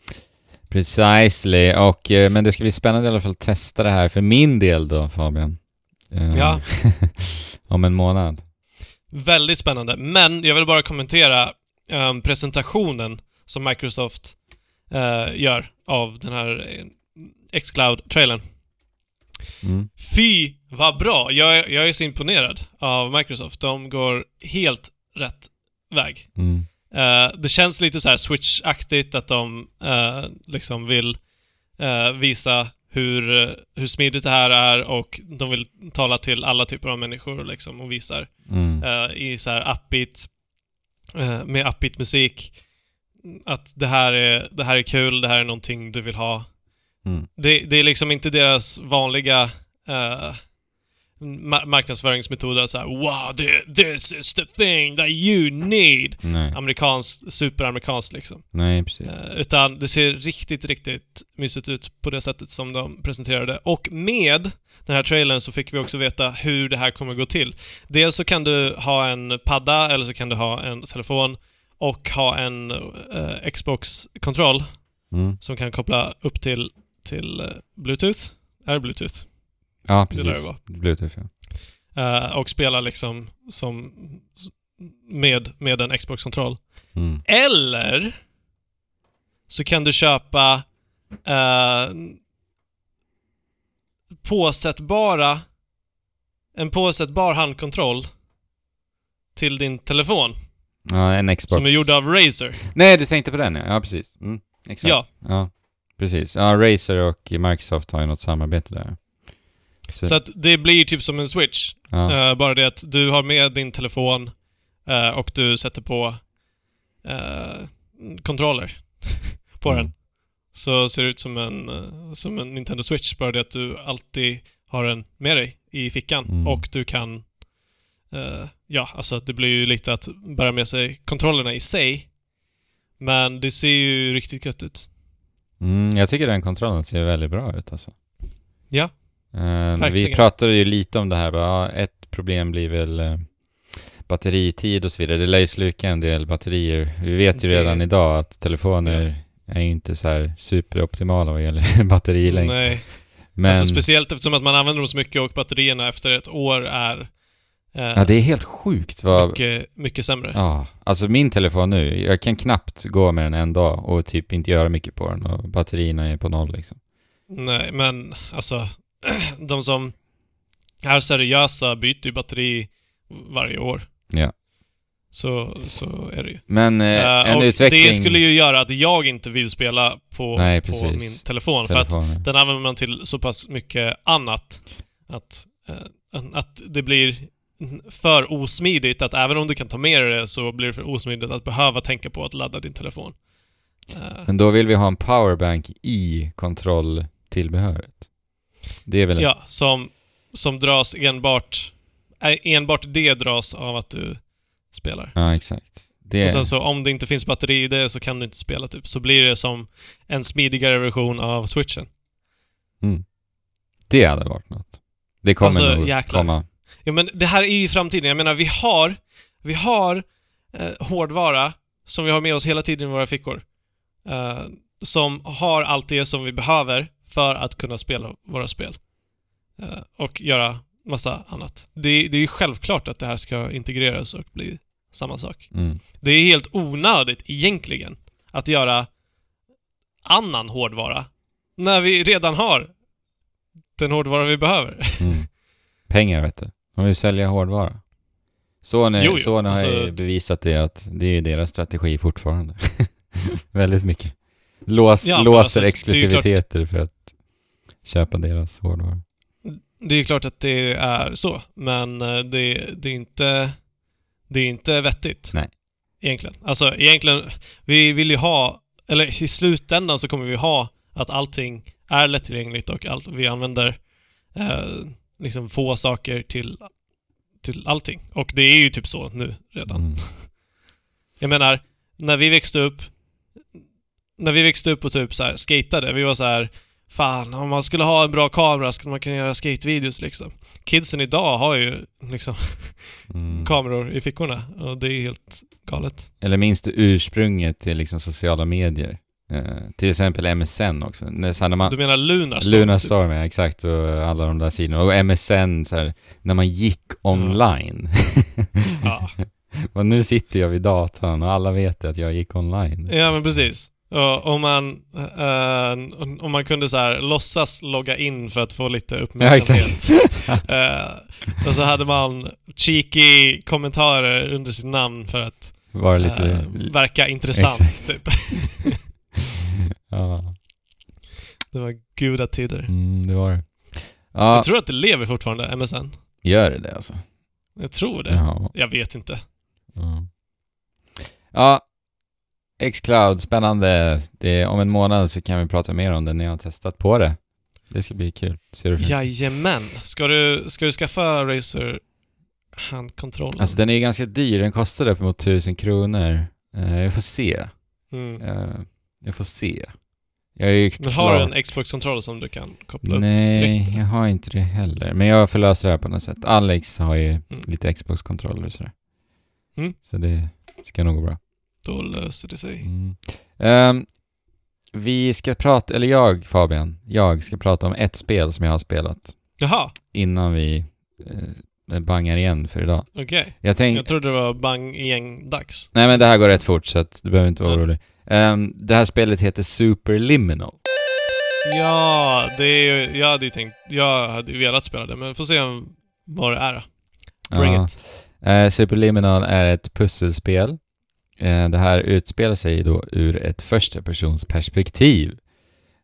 Precisely. Och, eh, men det ska bli spännande i alla fall att testa det här för min del då, Fabian. Eh, ja. om en månad. Väldigt spännande. Men jag vill bara kommentera um, presentationen som Microsoft uh, gör av den här xCloud-trailern. Mm. Fy, vad bra! Jag, jag är så imponerad av Microsoft. De går helt rätt väg. Mm. Uh, det känns lite så här Switch-aktigt att de uh, liksom vill uh, visa hur, hur smidigt det här är och de vill tala till alla typer av människor liksom, och visar mm. uh, i så här upbeat uh, med upbeat musik att det här är det här är kul, det här är någonting du vill ha. Mm. Det, det är liksom inte deras vanliga uh, mar- marknadsföringsmetoder så här, wow, this is the thing that you need. Nej. Amerikanskt, superamerikanskt liksom. Nej, precis. Uh, utan det ser riktigt, riktigt mysigt ut på det sättet som de presenterade. Och med den här trailern så fick vi också veta hur det här kommer gå till. Dels så kan du ha en padda eller så kan du ha en telefon och ha en uh, Xbox-kontroll mm. som kan koppla upp till, till uh, Bluetooth. Är det Bluetooth? Ja, precis. Det Bluetooth, ja. Uh, och spela liksom som med, med en Xbox-kontroll. Mm. Eller så kan du köpa uh, påsättbara en påsättbar handkontroll till din telefon. Ja, en Xbox. Som är gjord av Razer. Nej, du tänkte på den, ja. Ja, precis. Mm, exakt. Ja. ja. precis. Ja, Razer och Microsoft har ju något samarbete där. Så, så att det blir typ som en Switch. Ja. Uh, bara det att du har med din telefon uh, och du sätter på uh, kontroller på mm. den. Så ser det ut som en, uh, som en Nintendo Switch. Bara det att du alltid har den med dig i fickan. Mm. Och du kan... Uh, ja, alltså det blir ju lite att bära med sig kontrollerna i sig. Men det ser ju riktigt gött ut. Mm, jag tycker den kontrollen ser väldigt bra ut alltså. Ja. Uh, vi pratade ju lite om det här. Bara, ett problem blir väl uh, batteritid och så vidare. Det lär ju sluka en del batterier. Vi vet ju det... redan idag att telefoner ja. är ju inte så här superoptimala vad gäller batterilängd. Nej. Men... Alltså speciellt eftersom att man använder dem så mycket och batterierna efter ett år är uh, ja, det är helt sjukt vad... mycket, mycket sämre. Ja, alltså min telefon nu, jag kan knappt gå med den en dag och typ inte göra mycket på den och batterierna är på noll liksom. Nej, men alltså de som är seriösa byter ju batteri varje år. Ja. Så, så är det ju. Men eh, en och utveckling... det skulle ju göra att jag inte vill spela på, Nej, på min telefon. Telefonen. För att den använder man till så pass mycket annat. Att, eh, att det blir för osmidigt. Att även om du kan ta med dig det så blir det för osmidigt att behöva tänka på att ladda din telefon. Eh. Men då vill vi ha en powerbank i kontrolltillbehöret. Det är väl ja, som, som dras enbart enbart det dras av att du spelar. Ja, exakt. Det... Och sen så om det inte finns batteri i det så kan du inte spela typ. Så blir det som en smidigare version av Switchen. Mm. Det hade varit något. Det kommer alltså, nog jäklar. komma. Ja, men det här är ju framtiden. Jag menar, vi har vi har eh, hårdvara som vi har med oss hela tiden i våra fickor. Eh, som har allt det som vi behöver för att kunna spela våra spel. Eh, och göra massa annat. Det, det är ju självklart att det här ska integreras och bli samma sak. Mm. Det är helt onödigt egentligen att göra annan hårdvara när vi redan har den hårdvara vi behöver. Mm. Pengar, vet du. De vill sälja hårdvara. Sony, jo, jo. Sony har ju alltså... bevisat det att det är deras strategi fortfarande. Väldigt mycket. Lås, ja, låser alltså, exklusiviteter klart... för att köpa deras hårdvara. Det är klart att det är så, men det, det är inte det är inte vettigt. Nej. Egentligen. Alltså egentligen, vi vill ju ha, eller i slutändan så kommer vi ha att allting är lättillgängligt och allt, vi använder eh, liksom få saker till till allting. Och det är ju typ så nu redan. Mm. Jag menar, när vi växte upp när vi växte upp och typ så här skatade, vi var så här fan, om man skulle ha en bra kamera skulle man kunna göra skatevideos liksom. Kidsen idag har ju liksom mm. kameror i fickorna och det är helt galet. Eller minns du ursprunget till liksom sociala medier? Eh, till exempel M S N också. När, när man, du menar Lunarstorm? Lunarstorm, typ. Ja, exakt. Och alla de där sidorna. Och M S N, så här, när man gick online. Ja. Och nu sitter jag vid datorn och alla vet att jag gick online. Ja, men precis. Och om man uh, om man kunde så här låtsas logga in för att få lite uppmärksamhet. Ja, uh, och så hade man cheeky kommentarer under sitt namn för att var lite uh, verka intressant typ. Ja. Det var goda tider. Mm, det var det. Ja. Jag tror att det lever fortfarande, M S N. Gör det det alltså? Jag tror det. Ja. Jag vet inte. Ja. Ja. xCloud, spännande. Det, om en månad så kan vi prata mer om det när jag har testat på det. Det ska bli kul. Ser du? Jajamän. Ska du, ska du skaffa Razer handkontrollen? Alltså den är ganska dyr. Den kostar upp mot tusen kronor. Uh, jag får se. Mm. Uh, jag får se. Jag är ju Men har du en Xbox-kontroll som du kan koppla Nej, upp direkt? Nej, jag har inte det heller. Men jag får lösa det här på något sätt. Alex har ju mm. lite Xbox-kontroller och sådär. Mm. Så det ska nog gå bra. Då löser det sig. Mm. Um, vi ska prata, eller jag Fabian, jag ska prata om ett spel som jag har spelat. Jaha. Innan vi eh, bangar igen för idag. Okej. Okay. Jag, tänk... jag trodde det var bang igen dags. Nej, men det här går rätt fort så att du behöver inte vara mm. orolig. Um, det här spelet heter Superliminal. Ja, det är ju, jag hade ju tänkt, jag hade ju velat spela det, men får se vad det är då. Bring ja. it. Uh, Superliminal är ett pusselspel. Uh, det här utspelar sig då ur ett första persons perspektiv.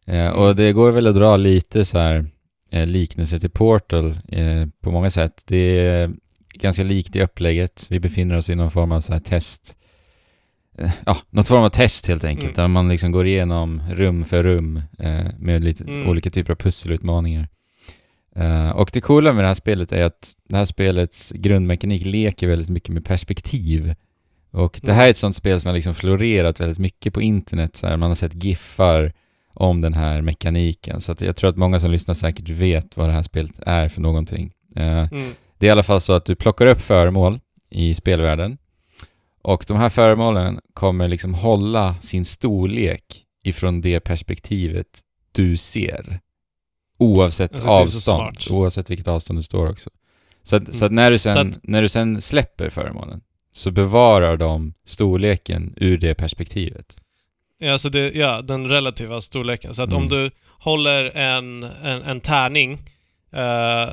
Eh, och det går väl att dra lite så här eh, liknelser till Portal eh, på många sätt. Det är ganska likt i upplägget. Vi befinner oss i någon form av så här test. Eh, ja, något form av test helt enkelt. Mm. Där man liksom går igenom rum för rum eh, med lite mm. olika typer av pusselutmaningar. Uh, och det coola med det här spelet är att det här spelets grundmekanik leker väldigt mycket med perspektiv. Och det här är ett sånt spel som har liksom florerat väldigt mycket på internet. Så här, man har sett giffar om den här mekaniken. Så att jag tror att många som lyssnar säkert vet vad det här spelet är för någonting. Uh, mm. Det är i alla fall så att du plockar upp föremål i spelvärlden. Och de här föremålen kommer liksom hålla sin storlek ifrån det perspektivet du ser. Oavsett alltså, avstånd. Oavsett vilket avstånd du står också. Så att, mm. så att, när, du sen, att när du sen släpper föremålen så bevarar de storleken ur det perspektivet. Ja, alltså det, ja den relativa storleken. Så att mm. om du håller en, en, en tärning eh,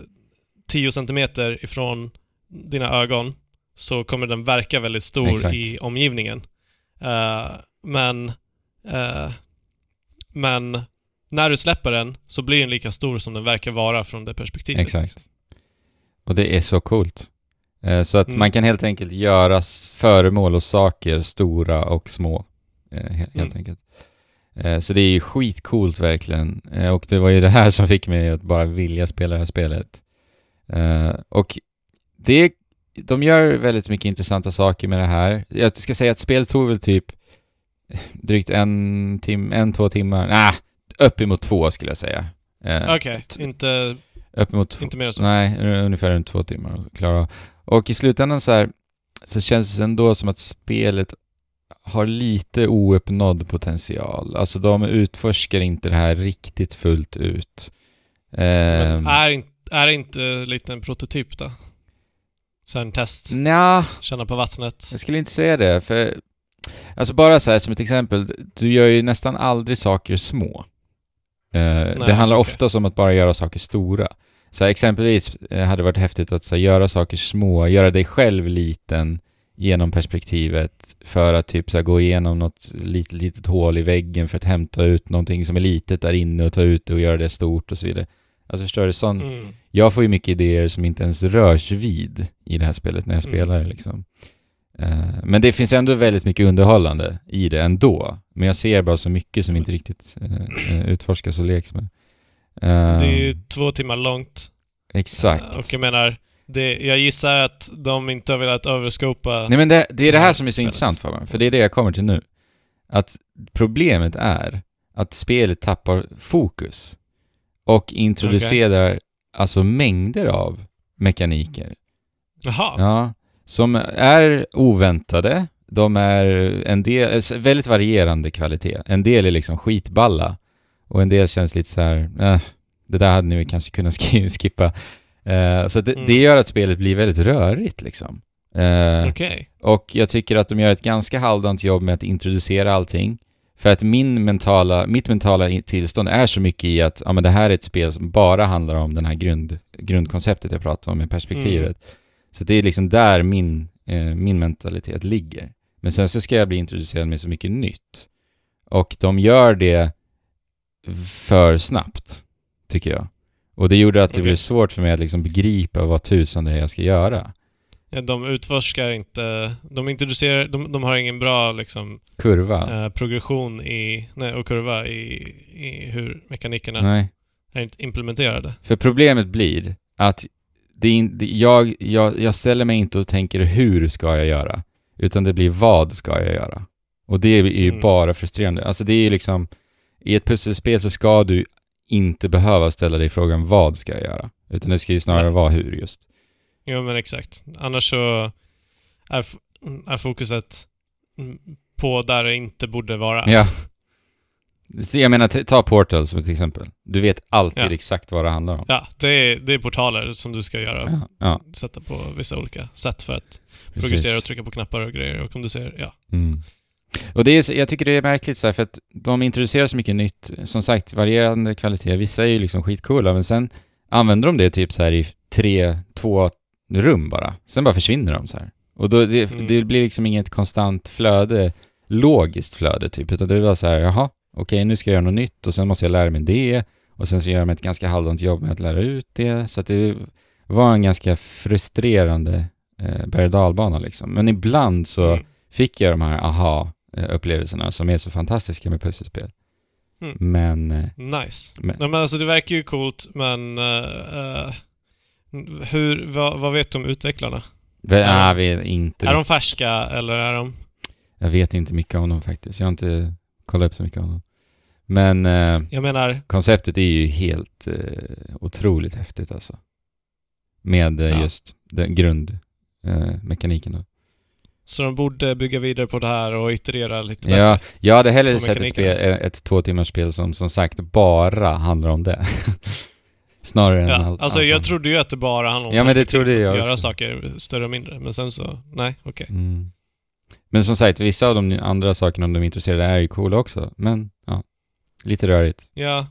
tio centimeter ifrån dina ögon så kommer den verka väldigt stor Exakt. I omgivningen. Eh, men eh, men när du släpper den så blir den lika stor som den verkar vara från det perspektivet. Exakt. Och det är så coolt. Eh, så att mm. man kan helt enkelt göra föremål och saker stora och små. Eh, helt mm. enkelt. Eh, så det är ju skitcoolt verkligen. Eh, och det var ju det här som fick mig att bara vilja spela det här spelet. Eh, och det, de gör väldigt mycket intressanta saker med det här. Jag ska säga att spelet tog väl typ drygt en, tim- en två timmar. Nej, uppemot två skulle jag säga. Eh, Okej, okay. inte, uppemot inte mer än så. Nej, ungefär en två timmar att klara. Och i slutändan så här, så känns det ändå som att spelet har lite ouppnådd potential. Alltså de utforskar inte det här riktigt fullt ut. Eh, Men är, är det inte lite en prototyp då? Så en test? Nja. Känna på vattnet? Jag skulle inte säga det, för alltså bara så här som ett exempel, du gör ju nästan aldrig saker små. Uh, Nej, det handlar okay. ofta om att bara göra saker stora. Så här, exempelvis uh, hade det varit häftigt att så här, göra saker små, göra dig själv liten genom perspektivet för att typ så här, gå igenom något litet, litet hål i väggen för att hämta ut någonting som är litet där inne och ta ut det och göra det stort och så vidare. Alltså förstår du, sån, mm. jag får ju mycket idéer som inte ens rörs vid i det här spelet när jag mm. spelar det liksom. Men det finns ändå väldigt mycket underhållande i det ändå. Men jag ser bara så mycket som inte riktigt uh, utforskas och leks med. Uh, det är ju två timmar långt. Exakt. Uh, och jag menar, det, jag gissar att de inte har velat överskopa... Nej, men det, det är det här som är så intressant för mig. För det är det jag kommer till nu. Att problemet är att spelet tappar fokus. Och introducerar okay. alltså mängder av mekaniker. Jaha. Ja. Som är oväntade. De är en del, väldigt varierande kvalitet. En del är liksom skitballa. Och en del känns lite så här, eh, det där hade ni kanske kunnat skippa. Eh, så det, mm. det gör att spelet blir väldigt rörigt liksom. Eh, okay. Och jag tycker att de gör ett ganska halvdant jobb med att introducera allting. För att min mentala, mitt mentala tillstånd är så mycket i att ja, men det här är ett spel som bara handlar om den här grund, grundkonceptet jag pratade om med perspektivet. Mm. Så det är liksom där min, eh, min mentalitet ligger. Men sen så ska jag bli introducerad med så mycket nytt. Och de gör det för snabbt, tycker jag. Och det gjorde att det okay. blev svårt för mig att liksom begripa vad tusan det är jag ska göra. Ja, de utforskar inte... De introducerar... De, de har ingen bra liksom... Kurva. Eh, progression i... Nej, och kurva i, i hur mekanikerna nej. är implementerade. För problemet blir att det är in, det, jag, jag, jag ställer mig inte och tänker hur ska jag göra. Utan det blir vad ska jag göra. Och det är ju mm. bara frustrerande. Alltså det är ju liksom... I ett pusselspel så ska du inte behöva ställa dig frågan vad ska jag göra. Utan det ska ju snarare nej. vara hur just. Ja, men exakt. Annars så är, f- är fokuset på där det inte borde vara. Ja. Jag menar, t- ta Portal som ett exempel. Du vet alltid ja. exakt vad det handlar om. Ja, det är, det är portaler som du ska göra. Ja. Ja. Sätta på vissa olika sätt för att Precis. progressera och trycka på knappar och grejer. Och om du ser, ja. Mm. Och det är, jag tycker det är märkligt så här, för att de introducerar så mycket nytt. Som sagt, varierande kvalitet. Vissa är ju liksom skitcoola, men sen använder de det typ så här i tre, två rum bara. Sen bara försvinner de så här. Och då det, mm. det blir liksom inget konstant flöde, logiskt flöde typ, utan det är bara så här, jaha, okej, nu ska jag göra något nytt och sen måste jag lära mig det och sen så gör jag ett ganska halvdant jobb med att lära ut det. Så att det var en ganska frustrerande eh, berg- och dalbana liksom. Men ibland så mm. fick jag de här aha-upplevelserna som är så fantastiska med pusselspel. Mm. Men... Eh, nice. Men, Nej, men alltså det verkar ju coolt, men uh, uh, hur, vad, vad vet du om utvecklarna? Vi, är, ah, vi inte är de färska eller är de... Jag vet inte mycket om dem faktiskt. Jag har inte kollat upp så mycket om dem. Men eh, jag menar, konceptet är ju helt eh, otroligt häftigt alltså. Med eh, ja. just den grundmekaniken. Eh, så de borde bygga vidare på det här och iterera lite ja, bättre? Jag hade hellre sett ett, spel, ett två timmars spel som som sagt bara handlar om det. Snarare ja, än allt. Alltså allt jag annat. trodde ju att det bara handlade om ja, men det trodde jag att också. göra saker större och mindre. Men sen så, nej, okej. Okay. Mm. Men som sagt, vissa av de andra sakerna om de är intresserade är ju coola också. Men, ja, lite rörigt. Ja.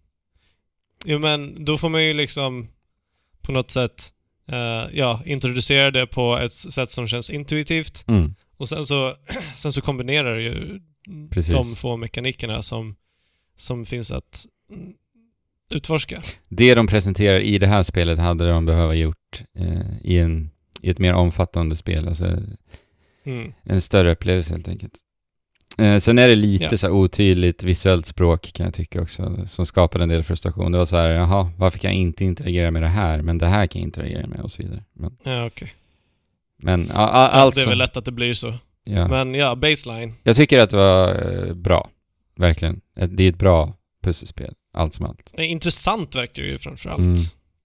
Jo, men då får man ju liksom på något sätt uh, ja, introducera det på ett sätt som känns intuitivt. Mm. Och sen så, sen så kombinerar det ju Precis. de få mekanikerna som, som finns att utforska. Det de presenterar i det här spelet hade de behöva gjort eh, i, en, i ett mer omfattande spel. Alltså mm. en större upplevelse helt enkelt. Eh, sen är det lite ja. så här otydligt visuellt språk kan jag tycka också, som skapade en del frustration. Det var så här, jaha, varför kan jag inte interagera med det här, men det här kan jag interagera med och så vidare. Men, ja, okej. Okay. Men a, a, alltså... Det är väl lätt att det blir så. Ja. Men ja, baseline. Jag tycker att det var eh, bra. Verkligen. Det är ett bra pusselspel. Allt som allt. Intressant verkar det ju framförallt. Mm.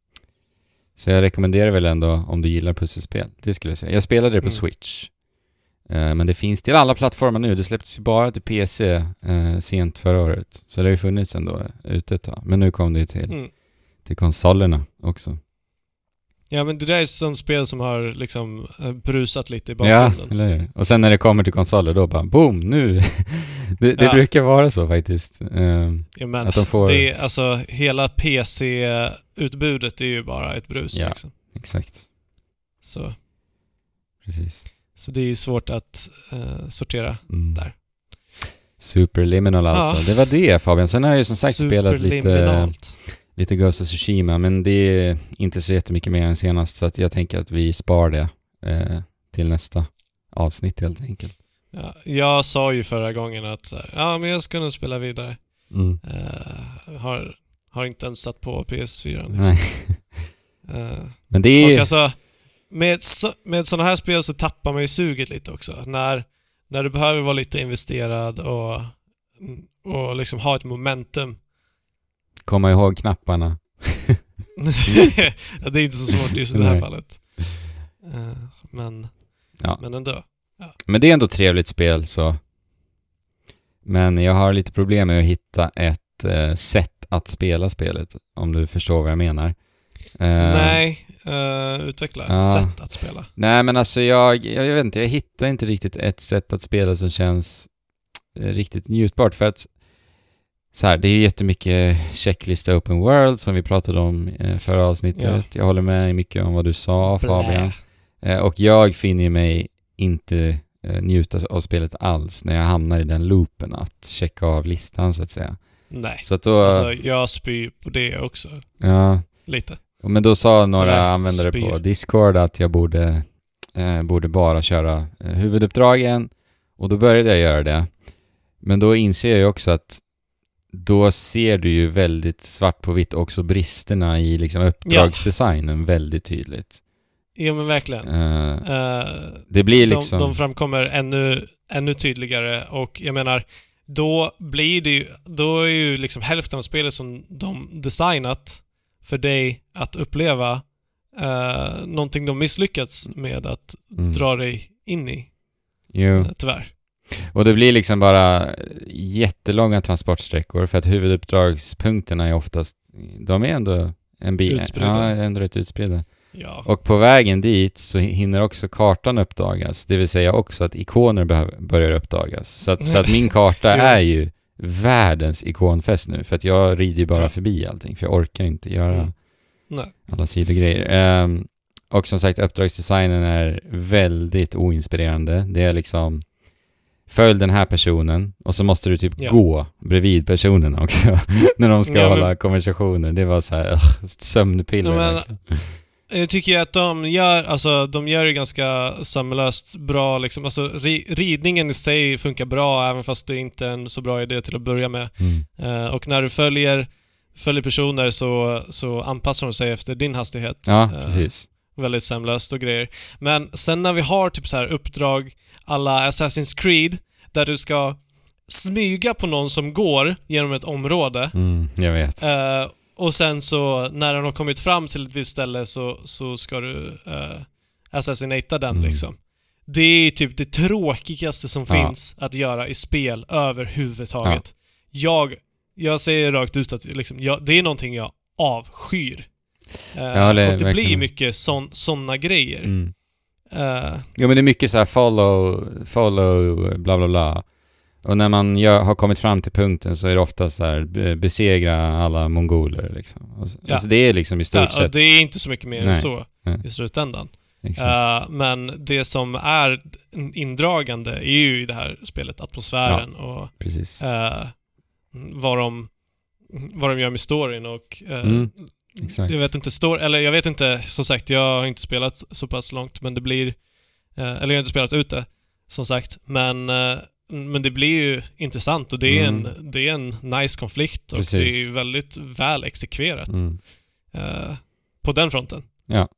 Så jag rekommenderar väl ändå om du gillar pusselspel. Det skulle jag säga. Jag spelade det på mm. Switch. Uh, men det finns till alla plattformar nu. Det släpptes ju bara till P C uh, sent förra året. Så det har ju funnits ändå ute ett tag. Men nu kom det ju till, mm. till konsolerna också. Ja, men det där är ett sånt spel som har liksom brusat lite i bakgrunden. Ja, eller hur? Och sen när det kommer till konsoler då bara, boom, nu! det det ja. brukar vara så faktiskt. Um, ja, men att de får... det är, alltså, hela P C-utbudet är ju bara ett brus. Ja, liksom. Exakt. Så. Precis. Så det är svårt att uh, sortera mm. där. Superliminal alltså. Ja. Det var det, Fabian. Sen har jag ju som sagt spelat lite... Lite Ghost of Tsushima, men det är inte så jättemycket mer än senast, så att jag tänker att vi spar det eh, till nästa avsnitt helt enkelt. Ja, jag sa ju förra gången att så här, ja, men jag ska nog spela vidare. Mm. Uh, har, har inte ens satt på P S fyra. Liksom. Nej. uh, men det är... Och alltså, med, så, med sådana här spel så tappar man ju suget lite också. När, när du behöver vara lite investerad och, och liksom ha ett momentum. Komma ihåg knapparna. Det är inte så svårt just i det här fallet. Uh, men, ja. men ändå. Ja. Men det är ändå trevligt spel så. Men jag har lite problem med att hitta ett uh, sätt att spela spelet. Om du förstår vad jag menar. Uh, Nej, uh, utveckla ett uh, sätt att spela. Nej, men alltså jag, jag, jag vet inte. Jag hittar inte riktigt ett sätt att spela som känns uh, riktigt njutbart. För att så här, det är ju jättemycket checklista open world som vi pratade om eh, förra avsnittet. Ja. Jag håller med mycket om vad du sa, Blä. Fabian. Eh, och jag finner mig inte eh, njuta av spelet alls när jag hamnar i den loopen att checka av listan så att säga. Nej, så att då, alltså jag spyr på det också. Ja. Lite. Men då sa några Eller, användare spyr. på Discord att jag borde, eh, borde bara köra eh, huvuduppdragen. Och då började jag göra det. Men då inser jag ju också att då ser du ju väldigt svart på vitt också bristerna i liksom uppdragsdesignen ja. väldigt tydligt. Ja, men verkligen. Uh, uh, det blir liksom... de, de framkommer ännu, ännu tydligare och jag menar, då blir det ju, då är ju liksom hälften av spelet som de designat för dig att uppleva uh, någonting de misslyckats med att mm. dra dig in i. Jo. Uh, tyvärr. Och det blir liksom bara jättelånga transportsträckor för att huvuduppdragspunkterna är oftast, de är ändå en bil. Utspridda. Ja, ändå rätt utspridda. Ja. Och på vägen dit så hinner också kartan uppdagas. Det vill säga också att ikoner behöver, börjar uppdagas. Så att, så att min karta är ju världens ikonfest nu. För att jag rider ju bara ja. förbi allting. För jag orkar inte göra mm. Nej. alla sidogrejer. Um, och som sagt, uppdragsdesignen är väldigt oinspirerande. Det är liksom... följ den här personen och så måste du typ Ja. gå bredvid personen också när de ska Ja, hålla men- konversationer. Det var så här ugh, sömnpiller. Ja, men- verkligen. Jag tycker ju att de gör, alltså, de gör det ganska sömlöst bra. Liksom. Alltså, ri, ridningen i sig funkar bra, även fast det inte är en så bra idé till att börja med. Mm. Eh, och när du följer, följer personer så, så anpassar de sig efter din hastighet. Ja, Eh, precis. väldigt sömlöst och grejer. Men sen när vi har typ så här uppdrag alla Assassin's Creed, där du ska smyga på någon som går genom ett område, Mm, jag vet. eh, och sen så när den har kommit fram till ett visst ställe så, så ska du eh, assassinata den Mm. liksom. Det är typ det tråkigaste som Ja. finns att göra i spel överhuvudtaget. Jag, jag säger rakt ut att liksom, jag, det är någonting jag avskyr. Eh, Jag håller och det verkligen blir med. mycket sån, såna grejer. Mm. Eh, Jo, men det är mycket så här follow, follow, bla bla bla. Och när man gör, har kommit fram till punkten så är det ofta så här be- besegra alla mongoler liksom. Alltså, Ja. alltså det är liksom i stort ja, och sett. det är inte så mycket mer Nej. än så Nej. i slutändan. Exakt. Eh, men det som är indragande är ju i det här spelet atmosfären och Precis. eh, vad, de, vad de gör med storyn och eh, Mm, exakt. jag vet inte, stor, eller jag vet inte, som sagt, jag har inte spelat så pass långt, men det blir eh, eller jag har inte spelat ut det, som sagt, men eh, men det blir ju intressant och det är, Mm. en, det är en nice konflikt och Precis. det är ju väldigt väl exekverat Mm. eh, på den fronten. Ja.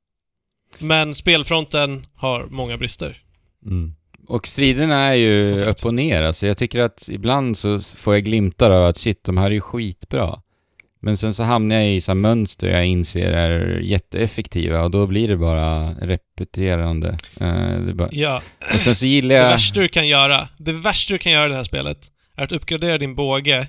Men spelfronten har många brister. Mm. Och striderna är ju Som sagt. upp och ner. Alltså jag tycker att ibland så får jag glimtar av att shit, de här är ju skitbra. Men sen så hamnar jag i så här mönster jag inser är jätteeffektiva och då blir det bara repeterande. Uh, det bara... Ja, Och sen så gillar det jag... värsta du kan göra, det värsta du kan göra i det här spelet är att uppgradera din båge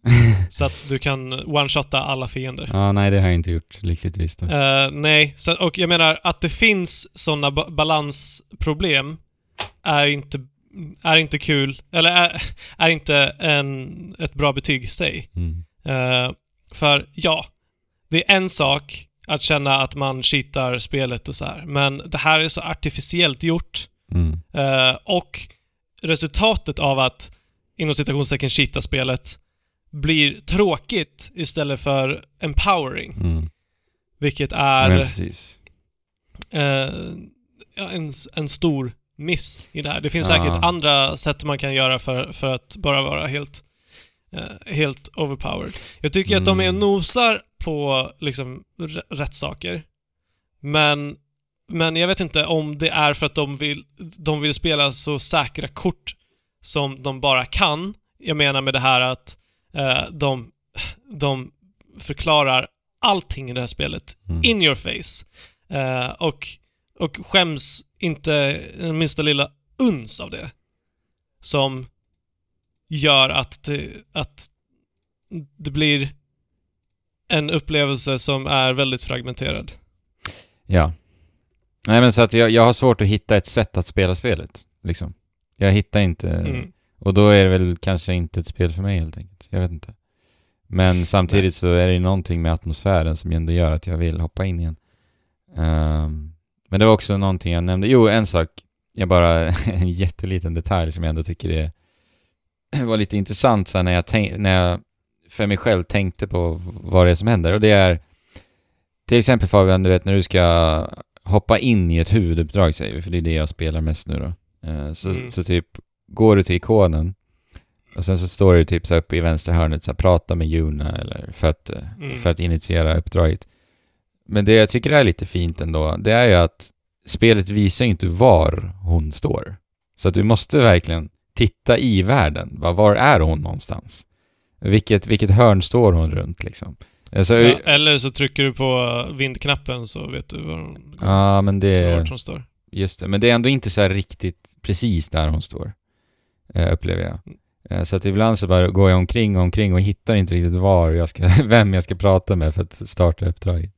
så att du kan one-shotta alla fiender. Ja, nej, det har jag inte gjort, lyckligtvis då. Eh, nej, så, och jag menar att det finns sådana ba- balansproblem är inte, är inte kul, eller är, är inte en, ett bra betyg i sig. Mm. Eh, för ja, det är en sak att känna att man cheatar spelet och så här, men det här är så artificiellt gjort. Mm. Eh, och resultatet av att inom citationstecken cheata spelet blir tråkigt istället för empowering. Mm. Vilket Men är precis. eh, ja, en, en stor miss i det här. Det finns Ja. säkert andra sätt man kan göra för, för att bara vara helt eh, helt overpowered. Jag tycker Mm. att de är och nosar på liksom r- rätt saker. Men men jag vet inte om det är för att de vill de vill spela så säkra kort som de bara kan. Jag menar med det här att eh, de de förklarar allting i det här spelet Mm. in your face. Eh, och, och skäms inte den minsta lilla uns av det. Som gör att det, att det blir en upplevelse som är väldigt fragmenterad. Ja. Nej, men så att jag, jag har svårt att hitta ett sätt att spela spelet, liksom. Jag hittar inte... Mm. Och då är det väl kanske inte ett spel för mig, helt enkelt. Jag vet inte. Men samtidigt Nej. så är det ju någonting med atmosfären som ändå gör att jag vill hoppa in igen. Um, men det var också någonting jag nämnde. Jo, en sak. Jag bara... en jätteliten detalj som jag ändå tycker är... var lite intressant så här, när, jag tänk, när jag för mig själv tänkte på vad det är som händer. Och det är... Till exempel, Fabian, du vet, när du ska hoppa in i ett huvuduppdrag, säger vi, för det är det jag spelar mest nu då. Uh, så, Mm. så typ går du till ikonen och sen så står det typ så här uppe i vänstra hörnet så här, prata med Juna eller för att, Mm. för att initiera uppdraget. Men det jag tycker är lite fint ändå, det är ju att spelet visar ju inte var hon står. Så att du måste verkligen titta i världen. Var, var är hon någonstans? Vilket, vilket hörn står hon runt liksom? Alltså, Ja, eller så trycker du på vindknappen så vet du var hon, ja, men det... vart hon står. Just det, men det är ändå inte så här riktigt precis där hon står, eh, upplever jag. Eh, så att ibland så bara går jag omkring och omkring och hittar inte riktigt var jag ska, vem jag ska prata med för att starta uppdraget.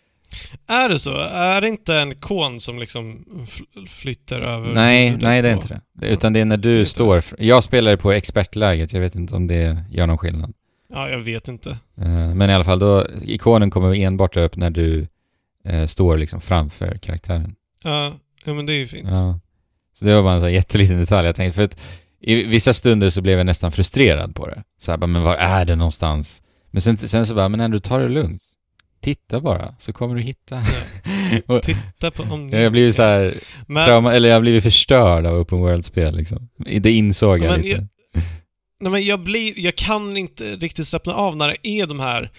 Är det så? Är det inte en kon som liksom fl- flyttar över? Nej, huvudet nej det är på- inte det. Utan det är när Det är du inte står... För, jag spelar på expertläget, jag vet inte om det gör någon skillnad. Ja, jag vet inte. Eh, men i alla fall, då, ikonen kommer enbart upp när du eh, står liksom framför karaktären. Ja, ja men det är ju fint. Ja. Så det var bara en sån här jätteliten detalj jag tänkte, för att i vissa stunder så blev jag nästan frustrerad på det. Så här, bara, men var är det någonstans? Men sen, sen så bara, men ändå ta det lugnt. Titta bara, så kommer du hitta. och, Titta på om jag har blivit så här men, trauma, eller jag har blivit förstörd av open world-spel liksom. Det insåg jag men lite. Jag, nej, men jag blir, jag kan inte riktigt slappna av när det är de här,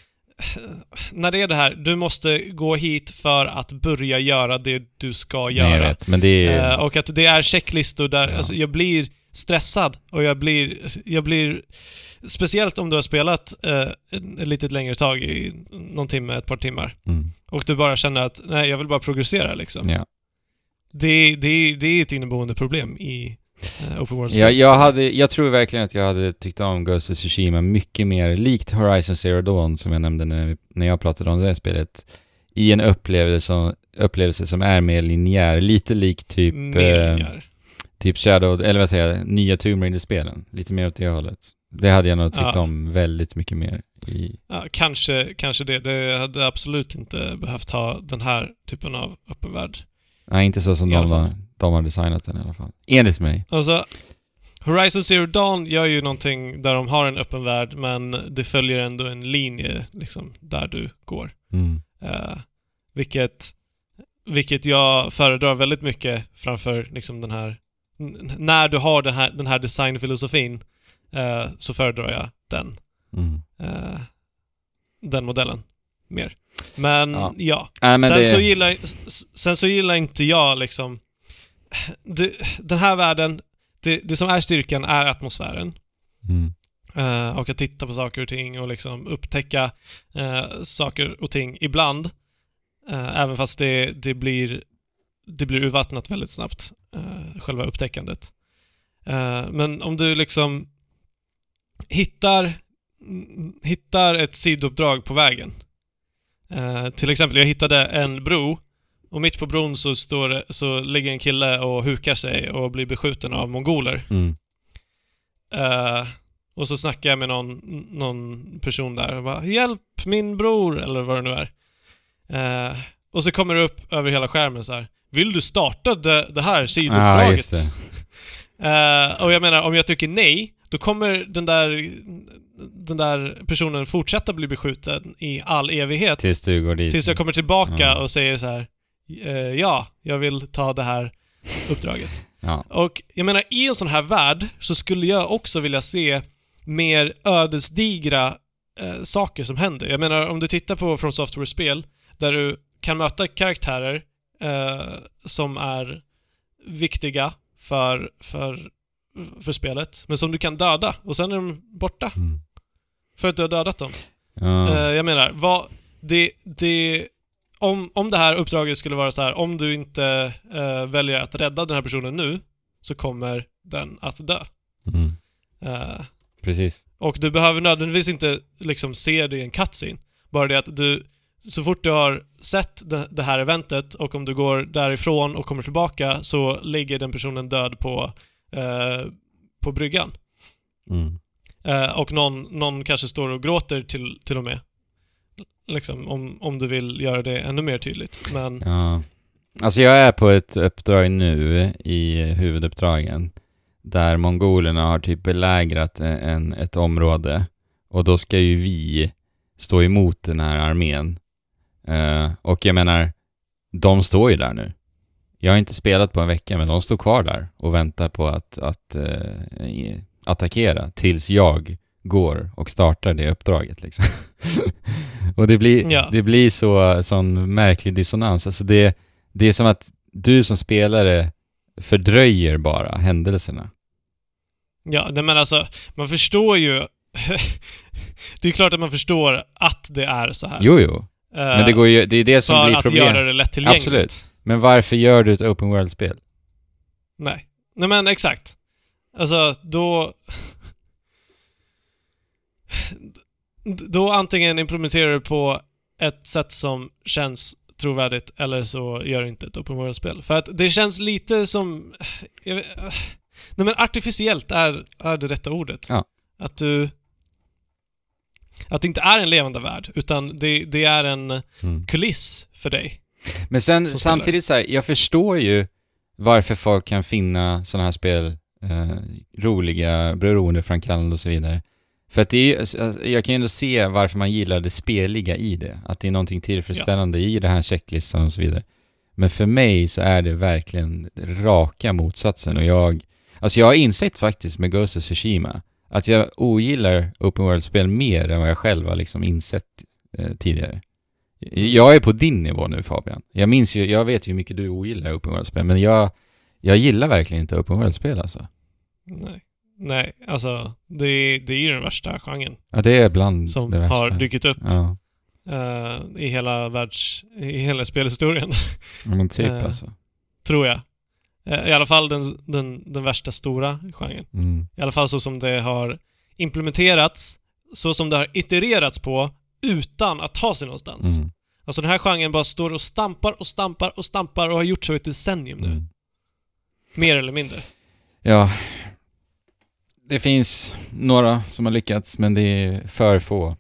när det är det här, du måste gå hit för att börja göra det du ska göra. Nej, jag vet, men det är... uh, och att det är checklistor där, ja. Alltså, jag blir stressad och jag blir, jag blir speciellt om du har spelat uh, ett lite längre tag i någon timme, ett par timmar. Mm. Och du bara känner att nej, jag vill bara progressera liksom. Ja. Det, det, det är ett inneboende problem i uh, open world-spel. Ja, jag, hade, jag tror verkligen att jag hade tyckt om Ghost of Tsushima mycket mer likt Horizon Zero Dawn som jag nämnde när, när jag pratade om det här spelet, i en upplevelse som, upplevelse som är mer linjär, lite lik typ eh, typ Shadow, eller vad säger jag, nya Tomb Raider-spelen, lite mer åt det hållet. Det hade jag nog tyckt ja. om väldigt mycket mer i... Ja, kanske, kanske det. Det hade absolut inte behövt ha den här typen av öppen värld. Nej, inte så som de, var, de har designat den i alla fall. Enligt mig. Alltså, Horizon Zero Dawn gör ju någonting där de har en öppen värld, men det följer ändå en linje liksom, där du går. Mm. Uh, vilket, vilket jag föredrar väldigt mycket framför liksom, den här... N- när du har den här, den här designfilosofin uh, så föredrar jag den. Mm. Uh, den modellen mer. Men ja, ja. Äh, men sen, det... så gillar, sen så gillar inte jag liksom det, den här världen, det, det som är styrkan är atmosfären. Mm. Uh, och att titta på saker och ting och liksom upptäcka uh, saker och ting ibland. Uh, även fast det, det blir det blir urvattnat väldigt snabbt, uh, själva upptäckandet. Uh, men om du liksom hittar hittar ett sidouppdrag på vägen. Uh, till exempel, jag hittade en bro och mitt på bron så, står det, så ligger en kille och hukar sig och blir beskjuten av mongoler. Mm. Uh, och så snackar jag med någon, någon person där och bara, hjälp min bror, eller vad det nu är. Uh, och så kommer det upp över hela skärmen så här, vill du starta det, det här sidouppdraget? Ah, just det. Uh, och jag menar, om jag trycker nej, då kommer den där den där personen fortsätta bli beskjuten i all evighet. Tills du går dit. Tills jag kommer tillbaka ja. och säger så här, uh, ja, jag vill ta det här uppdraget. Ja. Och jag menar, i en sån här värld så skulle jag också vilja se mer ödesdigra eh, saker som händer. Jag menar, om du tittar på From Software-spel där du kan möta karaktärer eh, som är viktiga för, för, för spelet, men som du kan döda och sen är de borta Mm. för att du har dödat dem. Ja. Eh, jag menar, vad, det, det, om, om det här uppdraget skulle vara så här, om du inte eh, väljer att rädda den här personen nu så kommer den att dö. Mm. Eh, Precis. och du behöver nödvändigtvis inte liksom se det i en cutscene. Bara det att du, så fort du har sett det, det här eventet och om du går därifrån och kommer tillbaka så ligger den personen död på, eh, på bryggan. Mm. Eh, och någon, någon kanske står och gråter till, till och med. Liksom, om, om du vill göra det ännu mer tydligt. Men... Ja. Alltså jag är på ett uppdrag nu i huvuduppdragen där mongolerna har typ belägrat en, ett område och då ska ju vi stå emot den här armén. Uh, och jag menar, de står ju där nu. Jag har inte spelat på en vecka, men de står kvar där och väntar på att, att uh, attackera tills jag går och startar det uppdraget liksom. Och det blir, ja. det blir så sån märklig dissonans. Alltså det, det är som att du som spelare fördröjer bara händelserna. Ja, men alltså, man förstår ju det är klart att man förstår att det är så här. Jo, jo. Men det går ju, det är det som blir problem. För att göra det lättillgängligt. Absolut. Men varför gör du ett open world-spel? Nej. Nej, men exakt. Alltså, då... då antingen implementerar du på ett sätt som känns trovärdigt eller så gör du inte ett open world-spel. För att det känns lite som... Jag vet, nej, men artificiellt är, är det rätta ordet. Ja. Att du... Att det inte är en levande värld, utan det, det är en mm. kuliss för dig. Men sen samtidigt så här, jag förstår ju varför folk kan finna sådana här spel eh, roliga, beroendeframkallande och så vidare. För att det är, alltså, jag kan ju ändå se varför man gillar det speliga i det. Att det är någonting tillfredsställande ja. i den här checklistan och så vidare. Men för mig så är det verkligen raka motsatsen. Och jag, alltså jag har insett faktiskt med Ghost of Tsushima att jag ogillar open world-spel mer än vad jag själv har liksom insett eh, tidigare. Jag är på din nivå nu, Fabian. Jag minns ju, jag vet ju hur mycket du ogillar open world-spel, men jag, jag gillar verkligen inte open world-spel alltså. Nej. Nej, alltså det, det är ju den värsta genren. Ja, det är bland som det värsta. Har dykt upp ja. uh, i hela världs i hela spelhistorien. Men typ uh, alltså. Tror jag. Uh, I alla fall den, den, den värsta stora genren. Mm. I alla fall så som det har implementerats, så som det har itererats på utan att ta sig någonstans. Mm. Alltså den här genren bara står och stampar och stampar och stampar och har gjort så i ett decennium nu. Mm. Mer eller mindre. Ja. Det finns några som har lyckats, men det är för få.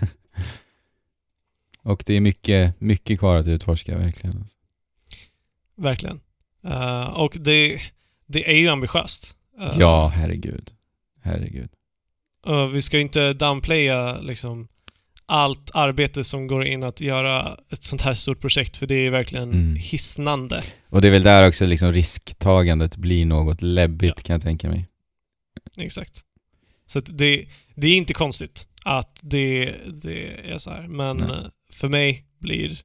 Och det är mycket, mycket kvar att utforska, verkligen. Verkligen. Uh, och det, det är ju ambitiöst. Uh, ja, herregud. Herregud. Uh, vi ska inte downplaya liksom allt arbete som går in att göra ett sånt här stort projekt, för det är verkligen mm. hisnande. Och det är väl där också liksom risktagandet blir något läbbigt, ja. kan jag tänka mig. Exakt. Så att det, det är inte konstigt att det, det är så här. Men Nej. för mig blir,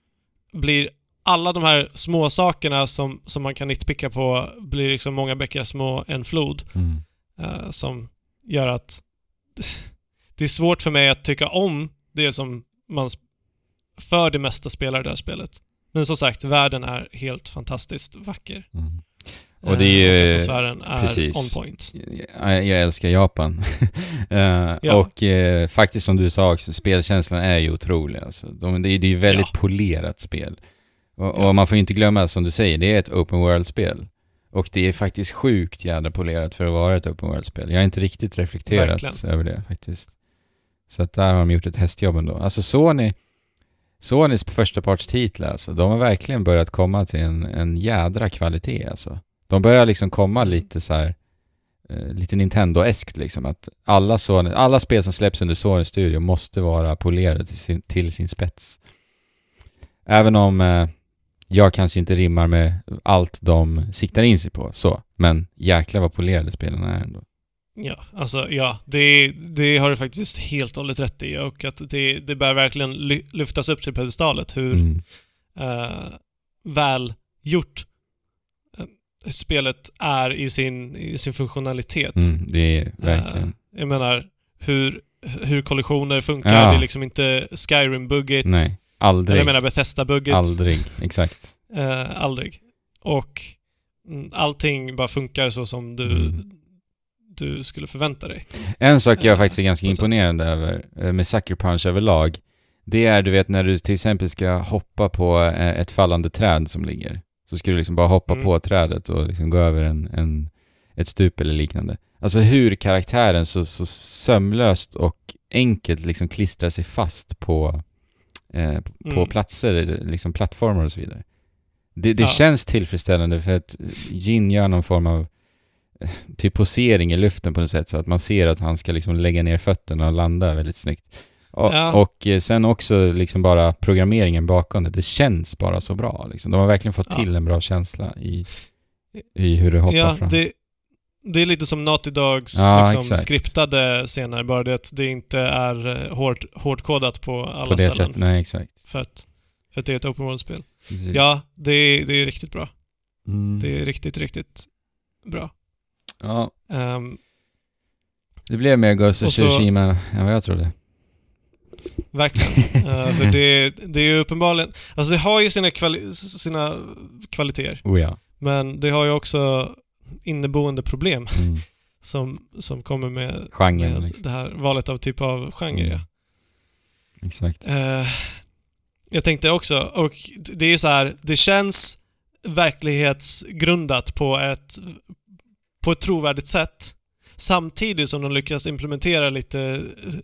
blir alla de här små sakerna som, som man kan nitpicka på blir liksom många bäckar små en flod. Mm. Uh, som gör att det är svårt för mig att tycka om det som man för det mesta spelar i det här spelet. Men som sagt, världen är helt fantastiskt vacker. Mm. Och det är ju, atmosfären är precis. on point. Jag, jag älskar Japan. uh, ja. Och uh, faktiskt som du sa också, spelkänslan är ju otrolig. Alltså. De, det, är, det är väldigt ja. polerat spel. Och, ja. och man får ju inte glömma, som du säger, det är ett open world-spel. Och det är faktiskt sjukt jävla polerat för att vara ett open world-spel. Jag har inte riktigt reflekterat Verkligen. över det faktiskt. Så att där har de gjort ett hästjobb ändå. Alltså Sony, Sonys första partstitlar, alltså, de har verkligen börjat komma till en, en jädra kvalitet. Alltså. De börjar liksom komma lite så här, eh, lite Nintendo-eskt liksom. Att alla, Sony, alla spel som släpps under Sony Studio måste vara polerade till sin, till sin spets. Även om... Eh, jag kanske inte rimmar med allt de siktar in sig på, så. Men jäklar vad polerade spelen är ändå. Ja, alltså ja, det, det har du faktiskt helt och hållet rätt i. Och att det, det bör verkligen ly, lyftas upp till pedestalet hur mm. uh, väl gjort uh, spelet är i sin, i sin funktionalitet. Mm, det är verkligen. Uh, jag menar, hur, hur kollisioner funkar. Ja. Det är liksom inte Skyrim-buggigt. Nej. Aldrig. Jag menar Bethesda-bugget. Aldrig, exakt. Uh, aldrig. Och mm, allting bara funkar så som du, mm. du skulle förvänta dig. En sak jag uh, faktiskt är ganska imponerande sätt. över uh, med Sucker Punch överlag, det är, du vet, när du till exempel ska hoppa på uh, ett fallande träd som ligger. Så ska du liksom bara hoppa mm. på trädet och liksom gå över en, en, ett stup eller liknande. Alltså hur karaktären så, så sömlöst och enkelt liksom klistrar sig fast på Eh, på mm. platser, liksom plattformar och så vidare. Det, det ja. känns tillfredsställande för att Jin gör någon form av eh, typ posering i luften på något sätt så att man ser att han ska liksom lägga ner fötterna och landa väldigt snyggt. Och, ja. och eh, sen också liksom bara programmeringen bakom det. Det känns bara så bra. Liksom. De har verkligen fått ja. till en bra känsla i, i hur det hoppar ja, fram. Det, det är lite som Naughty Dogs ja, liksom, skriptade scener, bara det att det inte är hårt, hårt kodat på alla på det ställen. Sätt, nej, exakt. För att, för att det är ett open world-spel. Precis. Ja, det är, det är riktigt bra. Mm. Det är riktigt, riktigt bra. Ja. Um, det blev mer Ghost of Tsushima än vad jag trodde. Verkligen. uh, för det, det är ju uppenbarligen... Alltså det har ju sina, kvali- sina kvaliteter. Oh ja. Men det har ju också inneboende problem mm. som, som kommer med, Genren, med liksom. det här valet av typ av genre. Mm. Ja. Exakt. Uh, jag tänkte också, och det är så här, det känns verklighetsgrundat på ett, på ett trovärdigt sätt, samtidigt som de lyckas implementera lite,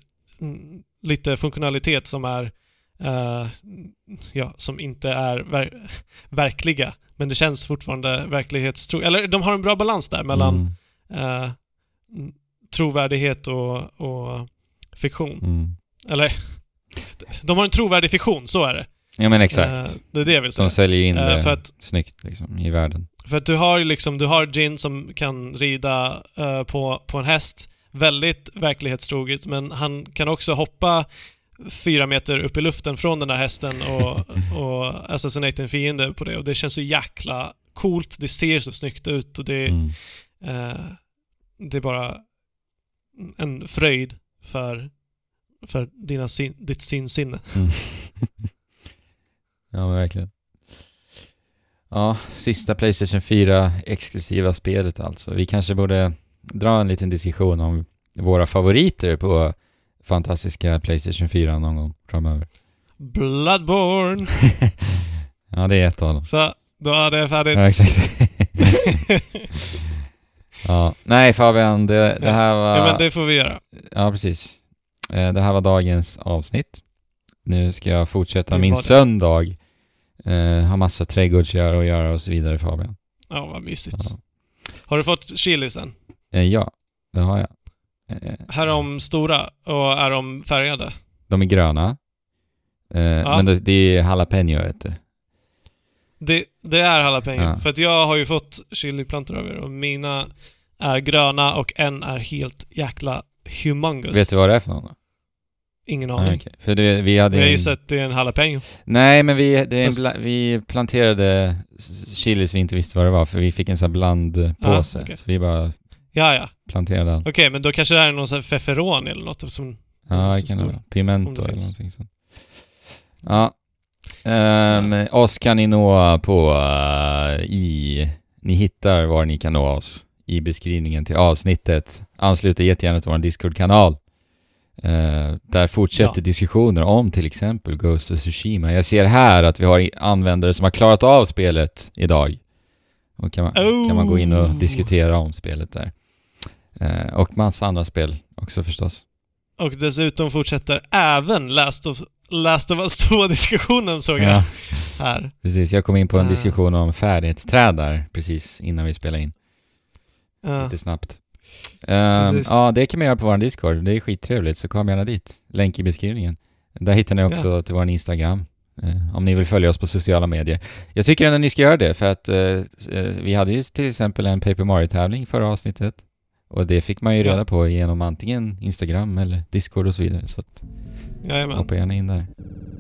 lite funktionalitet som är uh, ja, som inte är ver- verkliga. Men det känns fortfarande verklighetstro... Eller de har en bra balans där mellan eh, trovärdighet och, och fiktion. Mm. Eller, de har en trovärdig fiktion, så är det. Ja, men exakt. Eh, det är det jag vill säga. De säljer in det eh, för att, snyggt liksom, i världen. För att du har liksom, du har Jin som kan rida eh, på, på en häst. Väldigt verklighetstroget, men han kan också hoppa fyra meter upp i luften från den där hästen och, och assassinate en fiende på det. Och det känns så jäkla coolt. Det ser så snyggt ut och det, Mm. eh, det är bara en fröjd för, för dina sin, ditt sinsinne. Mm. Ja, men verkligen. Ja, sista PlayStation fyra exklusiva spelet alltså. Vi kanske borde dra en liten diskussion om våra favoriter på fantastiska PlayStation fyra någon gång framöver. Bloodborne! Ja, det är ett av dem. Så, då är det färdigt. Ja, exakt. Ja, nej Fabian, det, det här var... Ja, men det får vi göra. Ja, precis. Eh, Det här var dagens avsnitt. Nu ska jag fortsätta Det min var det. söndag. Eh, ha massa trädgårdsgöra och göra och så vidare, Fabian. Ja, vad mysigt. Ja, Har du fått chili sen? eh, ja det har jag. Eh, Här är de stora och är de färgade? de är gröna. Eh, Men det, det är jalapeno, vet du. Det, det är jalapeno. Ja. För att jag har ju fått chiliplantor av er och mina är gröna och en är helt jäkla humongous. Vet du vad det är för någon då? Ingen Ah, aning. okej. För det, vi hade Men jag en... gissar att det är en jalapeno. Nej, men vi, det är en Fast- bla... vi planterade s- chilis vi inte visste vad det var, för vi fick en sån här blandpåse. Ah, okej. Så vi bara Ja, ja. planterade allt. Okej, men då kanske det här är någon sån här feferon eller något som... Ja, är det så kan det stor. vara. Om Pimento det eller finns. någonting sånt. Ja. Um, oss kan ni nå på uh, i... Ni hittar var ni kan nå oss i beskrivningen till avsnittet. Ansluta jättegärna till vår Discord-kanal. Uh, där fortsätter Ja. diskussioner om till exempel Ghost of Tsushima. Jag ser här att vi har i- användare som har klarat av spelet idag. Och kan man, Oh. kan man gå in och diskutera om spelet där. Uh, och massa andra spel också förstås. Och dessutom fortsätter även Last of, Last of Us två-diskussionen, såg jag Ja. här. Precis, jag kom in på en Ah. diskussion om färdighetsträd där precis innan vi spelade in. Ja. Lite snabbt. Ehm, Precis. ja, det kan man göra på vår Discord. Det är skittrevligt, så kom gärna dit. Länk i beskrivningen. Där hittar ni också till vår Instagram. eh, om ni vill följa oss på sociala medier. Jag tycker ändå ni ska göra det, för att eh, eh, vi hade ju till exempel en Paper Mario-tävling förra avsnittet. Och det fick man ju Ja. reda på genom antingen Instagram eller Discord och så vidare. Så att Jajamän. hoppa gärna in där.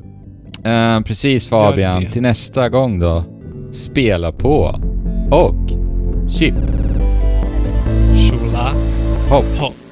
Ehm, precis Gör Fabian, det. till nästa gång då. Spela på och chip Shula. hopp. Hopp.